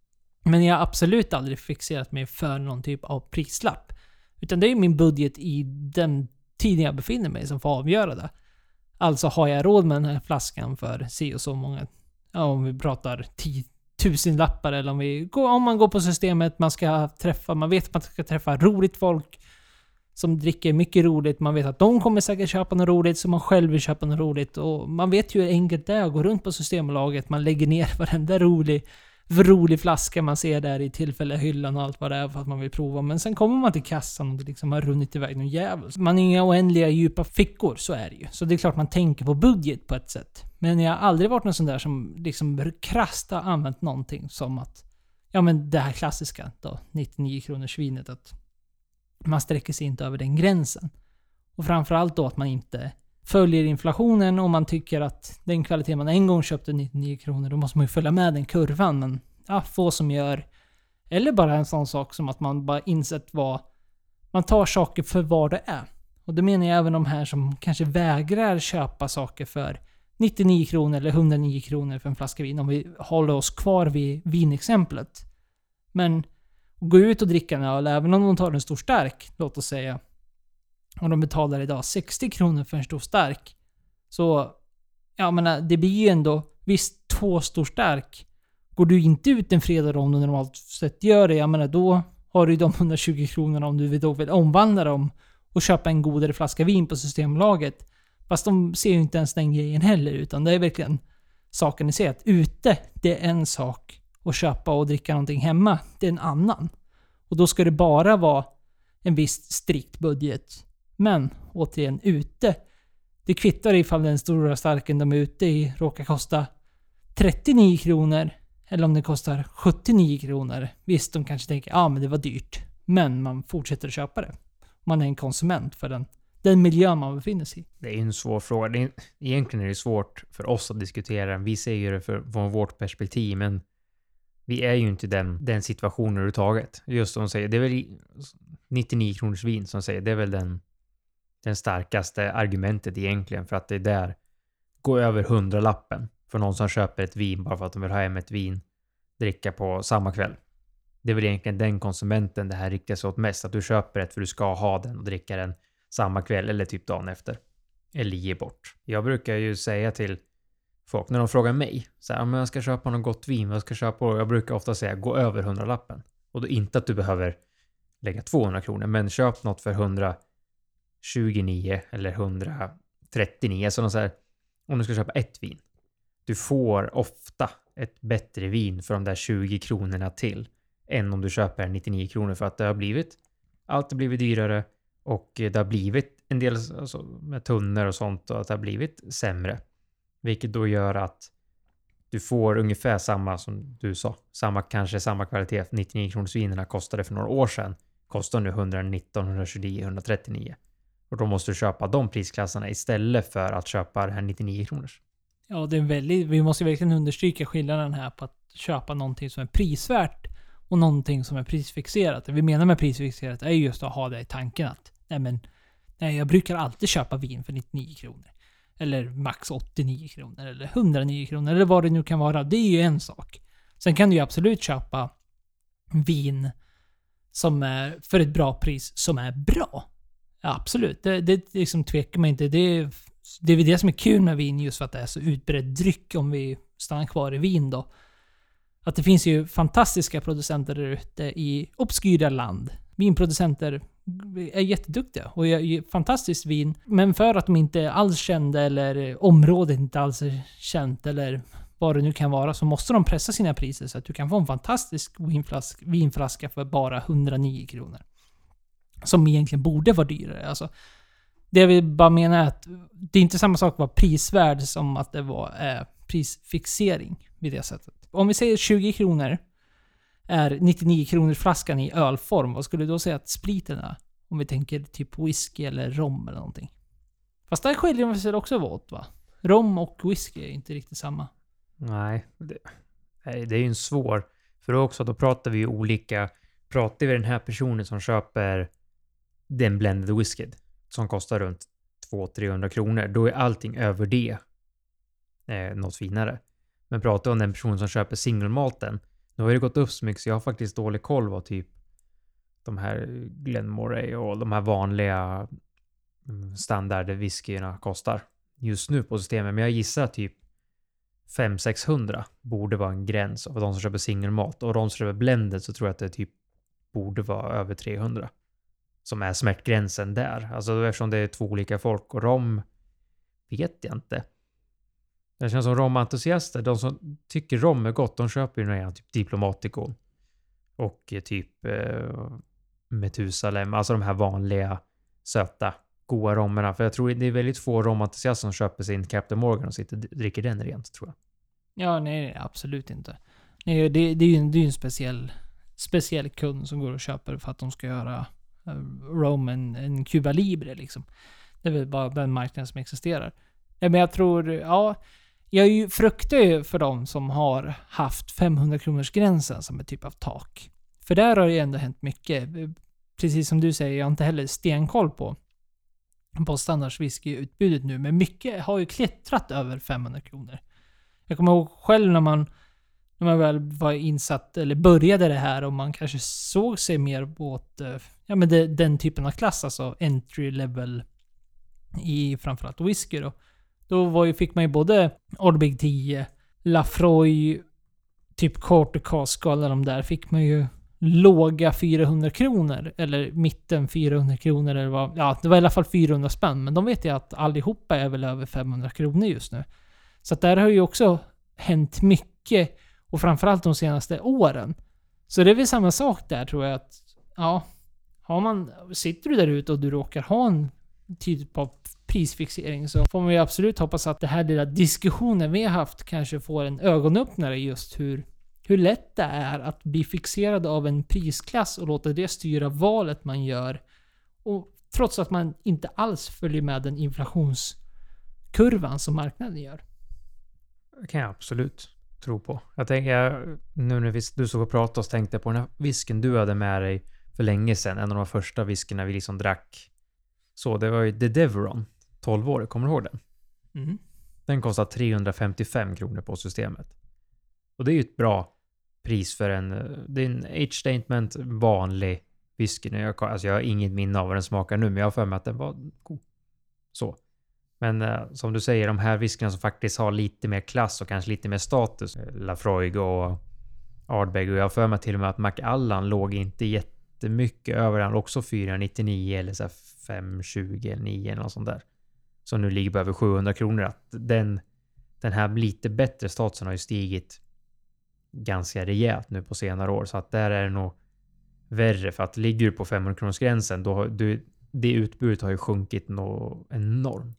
Men jag har absolut aldrig fixerat mig för någon typ av prislapp. Utan det är min budget i den tiden jag befinner mig som får avgöra det. Alltså har jag råd med den här flaskan för si och så många, ja, om vi pratar tiotusen lappar eller om vi går, om man går på systemet, man ska träffa, man vet att man ska träffa roligt folk som dricker mycket roligt, man vet att de kommer säkert köpa något roligt så man själv vill köpa något roligt och man vet ju hur enkelt det är att gå runt på Systembolaget, man lägger ner varenda rolig rolig flaska man ser där i tillfälle hyllan och allt vad det är för att man vill prova. Men sen kommer man till kassan och det liksom har runnit iväg någon jävel. Man har inga oändliga djupa fickor, så är det ju. Så det är klart man tänker på budget på ett sätt. Men jag har aldrig varit någon sån där som liksom krasst har använt någonting som att, ja men det här klassiska då, nittionio kronors vinet, att man sträcker sig inte över den gränsen. Och framförallt då att man inte följer inflationen och man tycker att den kvalitet man en gång köpte nittionio kronor, då måste man ju följa med den kurvan. Men ja, få som gör. Eller bara en sån sak som att man bara insett vad man tar saker för vad det är. Och det menar jag även de här som kanske vägrar köpa saker för nittionio kronor eller hundranio kronor för en flaska vin, om vi håller oss kvar vid vinexemplet. Men gå ut och dricka en öl, även om de tar en stor stark, låt oss säga, och de betalar idag sextio kronor för en stor stark. Så, ja men det blir ju ändå, visst, två stor stark. Går du inte ut en fredag om du normalt sett gör det, jag menar då har du ju de hundratjugo kronorna om du då vill omvandla dem och köpa en godare flaska vin på Systembolaget. Fast de ser ju inte ens den grejen heller, utan det är verkligen saken i sig att ute, det är en sak, och köpa och dricka någonting hemma, det är en annan. Och då ska det bara vara en viss strikt budget. Men återigen, ute, det kvittar ifall den stora starken de är ute i råkar kosta trettionio kronor eller om det kostar sjuttionio kronor. Visst, de kanske tänker, ja ah, men det var dyrt. Men man fortsätter att köpa det. Man är en konsument för den, den miljö man befinner sig i. Det är en svår fråga. Det är, egentligen är det svårt för oss att diskutera. Vi ser ju det för, från vårt perspektiv, men vi är ju inte i den, den situationen överhuvudtaget. Just som de säger, det är väl nittionio kronors vin som säger, det är väl den den starkaste argumentet egentligen, för att det är där går över hundralappen för någon som köper ett vin bara för att de vill ha hem ett vin dricka på samma kväll. Det är väl egentligen den konsumenten det här riktar sig åt mest, att du köper ett för du ska ha den och dricka den samma kväll eller typ dagen efter. Eller ge bort. Jag brukar ju säga till folk när de frågar mig så här, om jag ska köpa något gott vin, vad ska jag köpa? Och jag brukar ofta säga, gå över hundralappen. Och då inte att du behöver lägga tvåhundra kronor, men köp något för hundratjugonio eller hundratrettionio. Så så här, om du ska köpa ett vin. Du får ofta ett bättre vin för de där tjugo kronorna till än om du köper nittionio kronor, för att det har blivit, allt har blivit dyrare och det har blivit en del alltså, med tunnor och sånt, och att det har blivit sämre. Vilket då gör att du får ungefär samma som du sa, samma, kanske samma kvalitet. nittionio kronors vinerna kostade för några år sedan, kostar nu etthundranitton, etthundratjugonio, etthundratrettionio. Och då måste du köpa de prisklasserna istället för att köpa det här nittionio kronors. Ja, det är väldigt, vi måste verkligen understryka skillnaden här på att köpa någonting som är prisvärt och någonting som är prisfixerat. Det vi menar med prisfixerat är just att ha det i tanken att nej men, nej, jag brukar alltid köpa vin för nittionio kronor. Eller max åttionio kronor eller etthundranio kronor eller vad det nu kan vara. Det är ju en sak. Sen kan du ju absolut köpa vin som är för ett bra pris som är bra. Ja, absolut. Det, det liksom tvekar man inte. Det är, det är väl det som är kul med vin just för att det är så utbredd dryck om vi stannar kvar i vin då. Att det finns ju fantastiska producenter där ute i obskyra land. Vinproducenter är jätteduktiga och gör fantastiskt vin. Men för att de inte är alls kända eller området inte alls är känt eller vad det nu kan vara så måste de pressa sina priser så att du kan få en fantastisk vinflaska, vinflaska för bara etthundranio kronor. Som egentligen borde vara dyrare. Alltså, det jag vill bara mena är att det är inte samma sak att vara prisvärd som att det var eh, prisfixering vid det sättet. Om vi säger tjugo kronor är nittionio kronor flaskan i ölform. Vad skulle du då säga att spriten är? Om vi tänker typ whisky eller rom eller någonting. Fast där skiljer man sig också åt va? Rom och whisky är inte riktigt samma. Nej, det, nej, det är ju en svår. För då också, då pratar vi ju olika. Pratar vi den här personen som köper den blended whisky som kostar runt två till trehundra kronor. Då är allting över det eh, något finare. Men pratar vi om den personen som köper singelmalten. Nu har det gått upp så mycket så jag har faktiskt dålig koll vad typ de här Glenmorangie och de här vanliga standard whiskyerna kostar just nu på systemet. Men jag gissar typ fem till sexhundra borde vara en gräns för de som köper singelmalt. Och de som köper blended så tror jag att det typ borde vara över trehundra. Som är smärtgränsen där. Alltså eftersom det är två olika folk. Och rom vet jag inte. Det känns som romentusiaster. De som tycker rom är gott, de köper ju några typ Diplomaticon. Och typ eh, Methusalem. Alltså de här vanliga söta goda rommerna. För jag tror det är väldigt få romentusiaster som köper sin Captain Morgan och sitter och dricker den rent tror jag. Ja, nej, absolut inte. Nej, det, det är ju en, det är en speciell, speciell kund som går och köper för att de ska göra uh, rom en, en Cuba Libre liksom. Det är väl bara den marknaden som existerar. Ja, men jag tror, ja, jag är ju fruktar ju för dem som har haft femhundra kronors gränsen som ett typ av tak. För där har det ju ändå hänt mycket. Precis som du säger, jag har inte heller stenkoll på på standardwhisky-utbudet nu. Men mycket har ju klättrat över femhundra kronor. Jag kommer ihåg själv när man när man väl var insatt eller började det här och man kanske såg sig mer åt ja, men det, den typen av klass, alltså entry level i framförallt whisky då. Då var ju, fick man ju både Ardbeg tio, Lafroy, typ Quarter Cask och alla de där fick man ju låga fyrahundra kronor eller mitten fyrahundra kronor eller vad, ja det var i alla fall fyrahundra spänn, men de vet jag att allihopa är väl över femhundra kronor just nu. Så att där har ju också hänt mycket och framförallt de senaste åren. Så det är väl samma sak där tror jag att ja, har man, sitter du där ute och du råkar ha en typ av prisfixering så får man ju absolut hoppas att det här lilla diskussionen vi har haft kanske får en ögonöppnare just hur hur lätt det är att bli fixerad av en prisklass och låta det styra valet man gör. Och trots att man inte alls följer med den inflationskurvan som marknaden gör. Det kan jag absolut tro på. Jag tänker, nu när vi, du såg och pratade så tänkte jag på den här whisken du hade med dig för länge sedan. En av de första whiskyna vi liksom drack. Så det var ju The Deveron. tolv år, kommer du ihåg den? Mm. Den kostar trehundrafemtiofem kronor på systemet. Och det är ju ett bra pris för en, det är en age statement, vanlig whisky. Jag, alltså jag har inget minne av vad den smakar nu, men jag har för mig att den var god. Så. Men eh, som du säger, de här whiskyna som faktiskt har lite mer klass och kanske lite mer status. Lafroig och Ardbeg, och jag har för mig till och med att Macallan låg inte jättemycket över den, också fyrahundranittionio eller så femhundratjugo eller nio eller något sånt där. Så nu ligger på över sjuhundra kronor. Att den, den här lite bättre statusen har ju stigit ganska rejält nu på senare år. Så att där är det nog värre. För att ligger du på femhundra kronors gränsen då har du, det utbudet har ju sjunkit något enormt.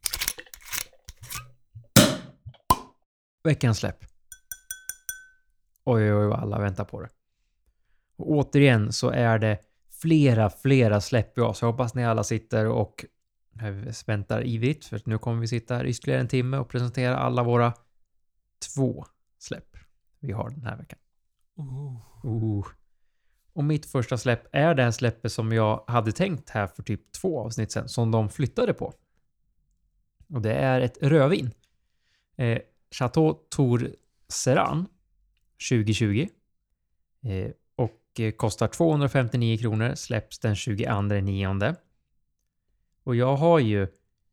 Veckans släpp. Oj oj oj, alla väntar på det. Och återigen så är det flera, flera släpp vi har. Så jag hoppas ni alla sitter och väntar ivrigt. För nu kommer vi sitta här ytterligare en timme och presentera alla våra två släpp vi har den här veckan. Oh. Uh. Och mitt första släpp är det här släppet som jag hade tänkt här för typ två avsnitt sedan. Som de flyttade på. Och det är ett rödvin. Eh, Chateau Tour Seran tjugo tjugo. Eh, och eh, kostar tvåhundrafemtionio kronor. Släpps den tjugoandra nionde. Och jag har ju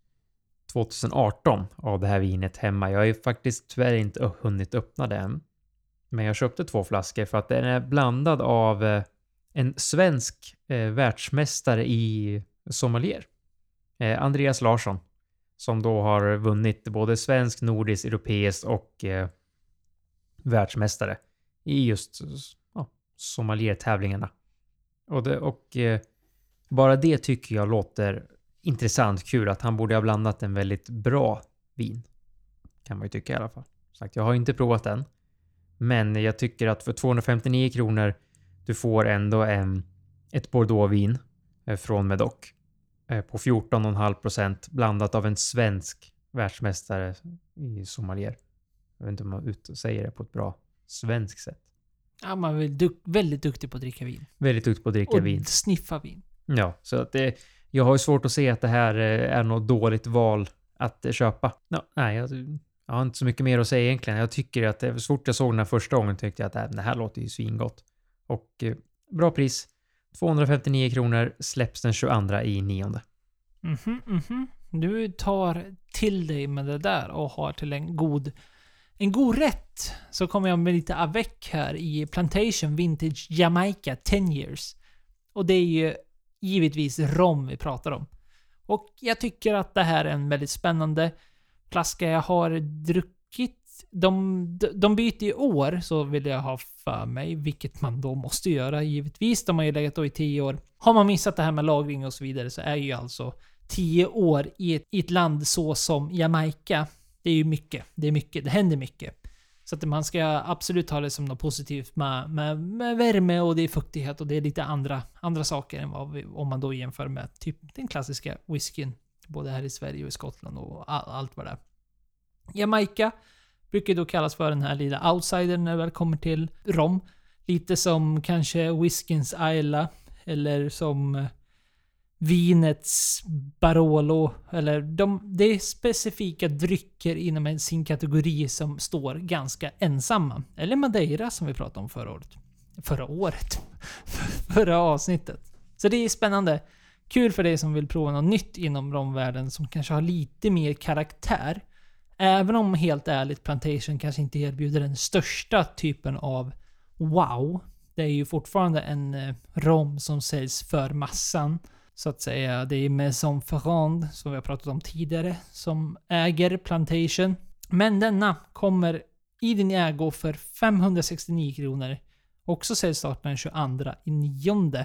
tjugoarton av det här vinet hemma. Jag har ju faktiskt tyvärr inte hunnit öppna den. Men jag köpte två flaskor för att den är blandad av eh, en svensk eh, världsmästare i sommelier. Eh, Andreas Larsson. Som då har vunnit både svensk, nordisk, europeisk och eh, världsmästare i just ja, sommeliertävlingarna. Och, det, och eh, bara det tycker jag låter intressant, kul att han borde ha blandat en väldigt bra vin. Kan man ju tycka i alla fall. Sagt, jag har inte provat den. Men jag tycker att för tvåhundrafemtionio kronor du får ändå en, ett Bordeaux-vin eh, från Medoc. På fjorton komma fem procent blandat av en svensk världsmästare i sommelier. Jag vet inte om man ut säger det på ett bra svenskt sätt. Ja, man är du- väldigt duktig på att dricka vin. Väldigt duktig på att dricka och vin. Och sniffa vin. Ja, så att det, jag har ju svårt att se att det här är något dåligt val att köpa. No, nej, jag, jag har inte så mycket mer att säga egentligen. Jag tycker att det, så fort jag såg den här första gången tyckte jag att det här låter ju svingott. Och eh, bra pris. tvåhundrafemtionio kronor, släpps den tjugoandra i nionde. Mhm, mhm. Du tar till dig med det där och har till en god en god rätt. Så kommer jag med lite avec här i Plantation Vintage Jamaica ten years. Och det är ju givetvis rom vi pratar om. Och jag tycker att det här är en väldigt spännande flaska jag har druckit. De, de byter i år, så vill jag ha för mig, vilket man då måste göra givetvis. De har ju legat då i tio år. Har man missat det här med lagring och så vidare så är ju alltså tio år i ett, i ett land så som Jamaica. Det är ju mycket. Det är mycket. Det händer mycket. Så att man ska absolut ta det som något positivt med, med, med värme och det är fuktighet och det är lite andra, andra saker än vad vi, om man då jämför med typ den klassiska whiskyn. Både här i Sverige och i Skottland och all, allt vad det är. Jamaica brukar då kallas för den här lilla outsidern när det väl kommer till rom. Lite som kanske whiskyns Isla eller som vinets Barolo. Eller de, det är specifika drycker inom sin kategori som står ganska ensamma. Eller Madeira som vi pratade om förra året. Förra året. Förra avsnittet. Så det är spännande. Kul för dig som vill prova något nytt inom romvärlden som kanske har lite mer karaktär. Även om helt ärligt Plantation kanske inte erbjuder den största typen av wow. Det är ju fortfarande en eh, rom som säljs för massan. Så att säga, det är Maison Ferrand som vi har pratat om tidigare som äger Plantation. Men denna kommer i din ägo för femhundrasextionio kronor. Också säljs starten den tjugoandra i nionde.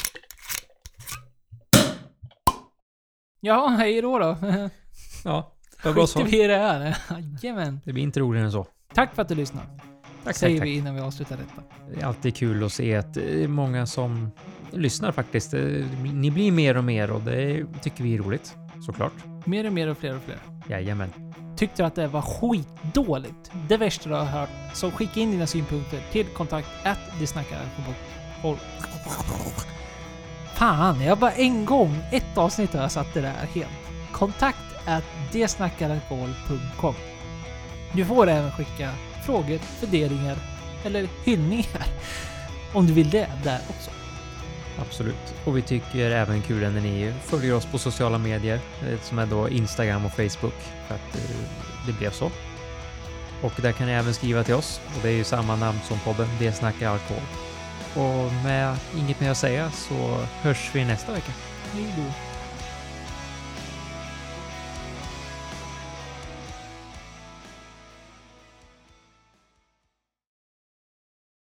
Ja, hej då då. Ja, det var bra så. Skiter vi i det här. Jajamän. Det blir inte roligare än så. Tack för att du lyssnar. Tack, säger tack, vi tack. innan vi avslutar detta. Det är alltid kul att se att det är många som lyssnar faktiskt. Ni blir mer och mer och det tycker vi är roligt. Såklart. Mer och mer och fler och fler. Jajamän. Tyckte du att det var skitdåligt? Det värsta du har hört. Så skicka in dina synpunkter till kontakt at desnackaralkohol. Fan, jag bara en gång, ett avsnitt har jag satt det där helt. Kontakt at desnackaralkohol punkt com. Du får även skicka frågor, funderingar eller hyllningar om du vill det där också. Absolut. Och vi tycker även kul när ni följer oss på sociala medier som är då Instagram och Facebook för att det blev så. Och där kan ni även skriva till oss och det är ju samma namn som podden Det snackar alkohol. Och med inget mer att säga så hörs vi nästa vecka. Hej då.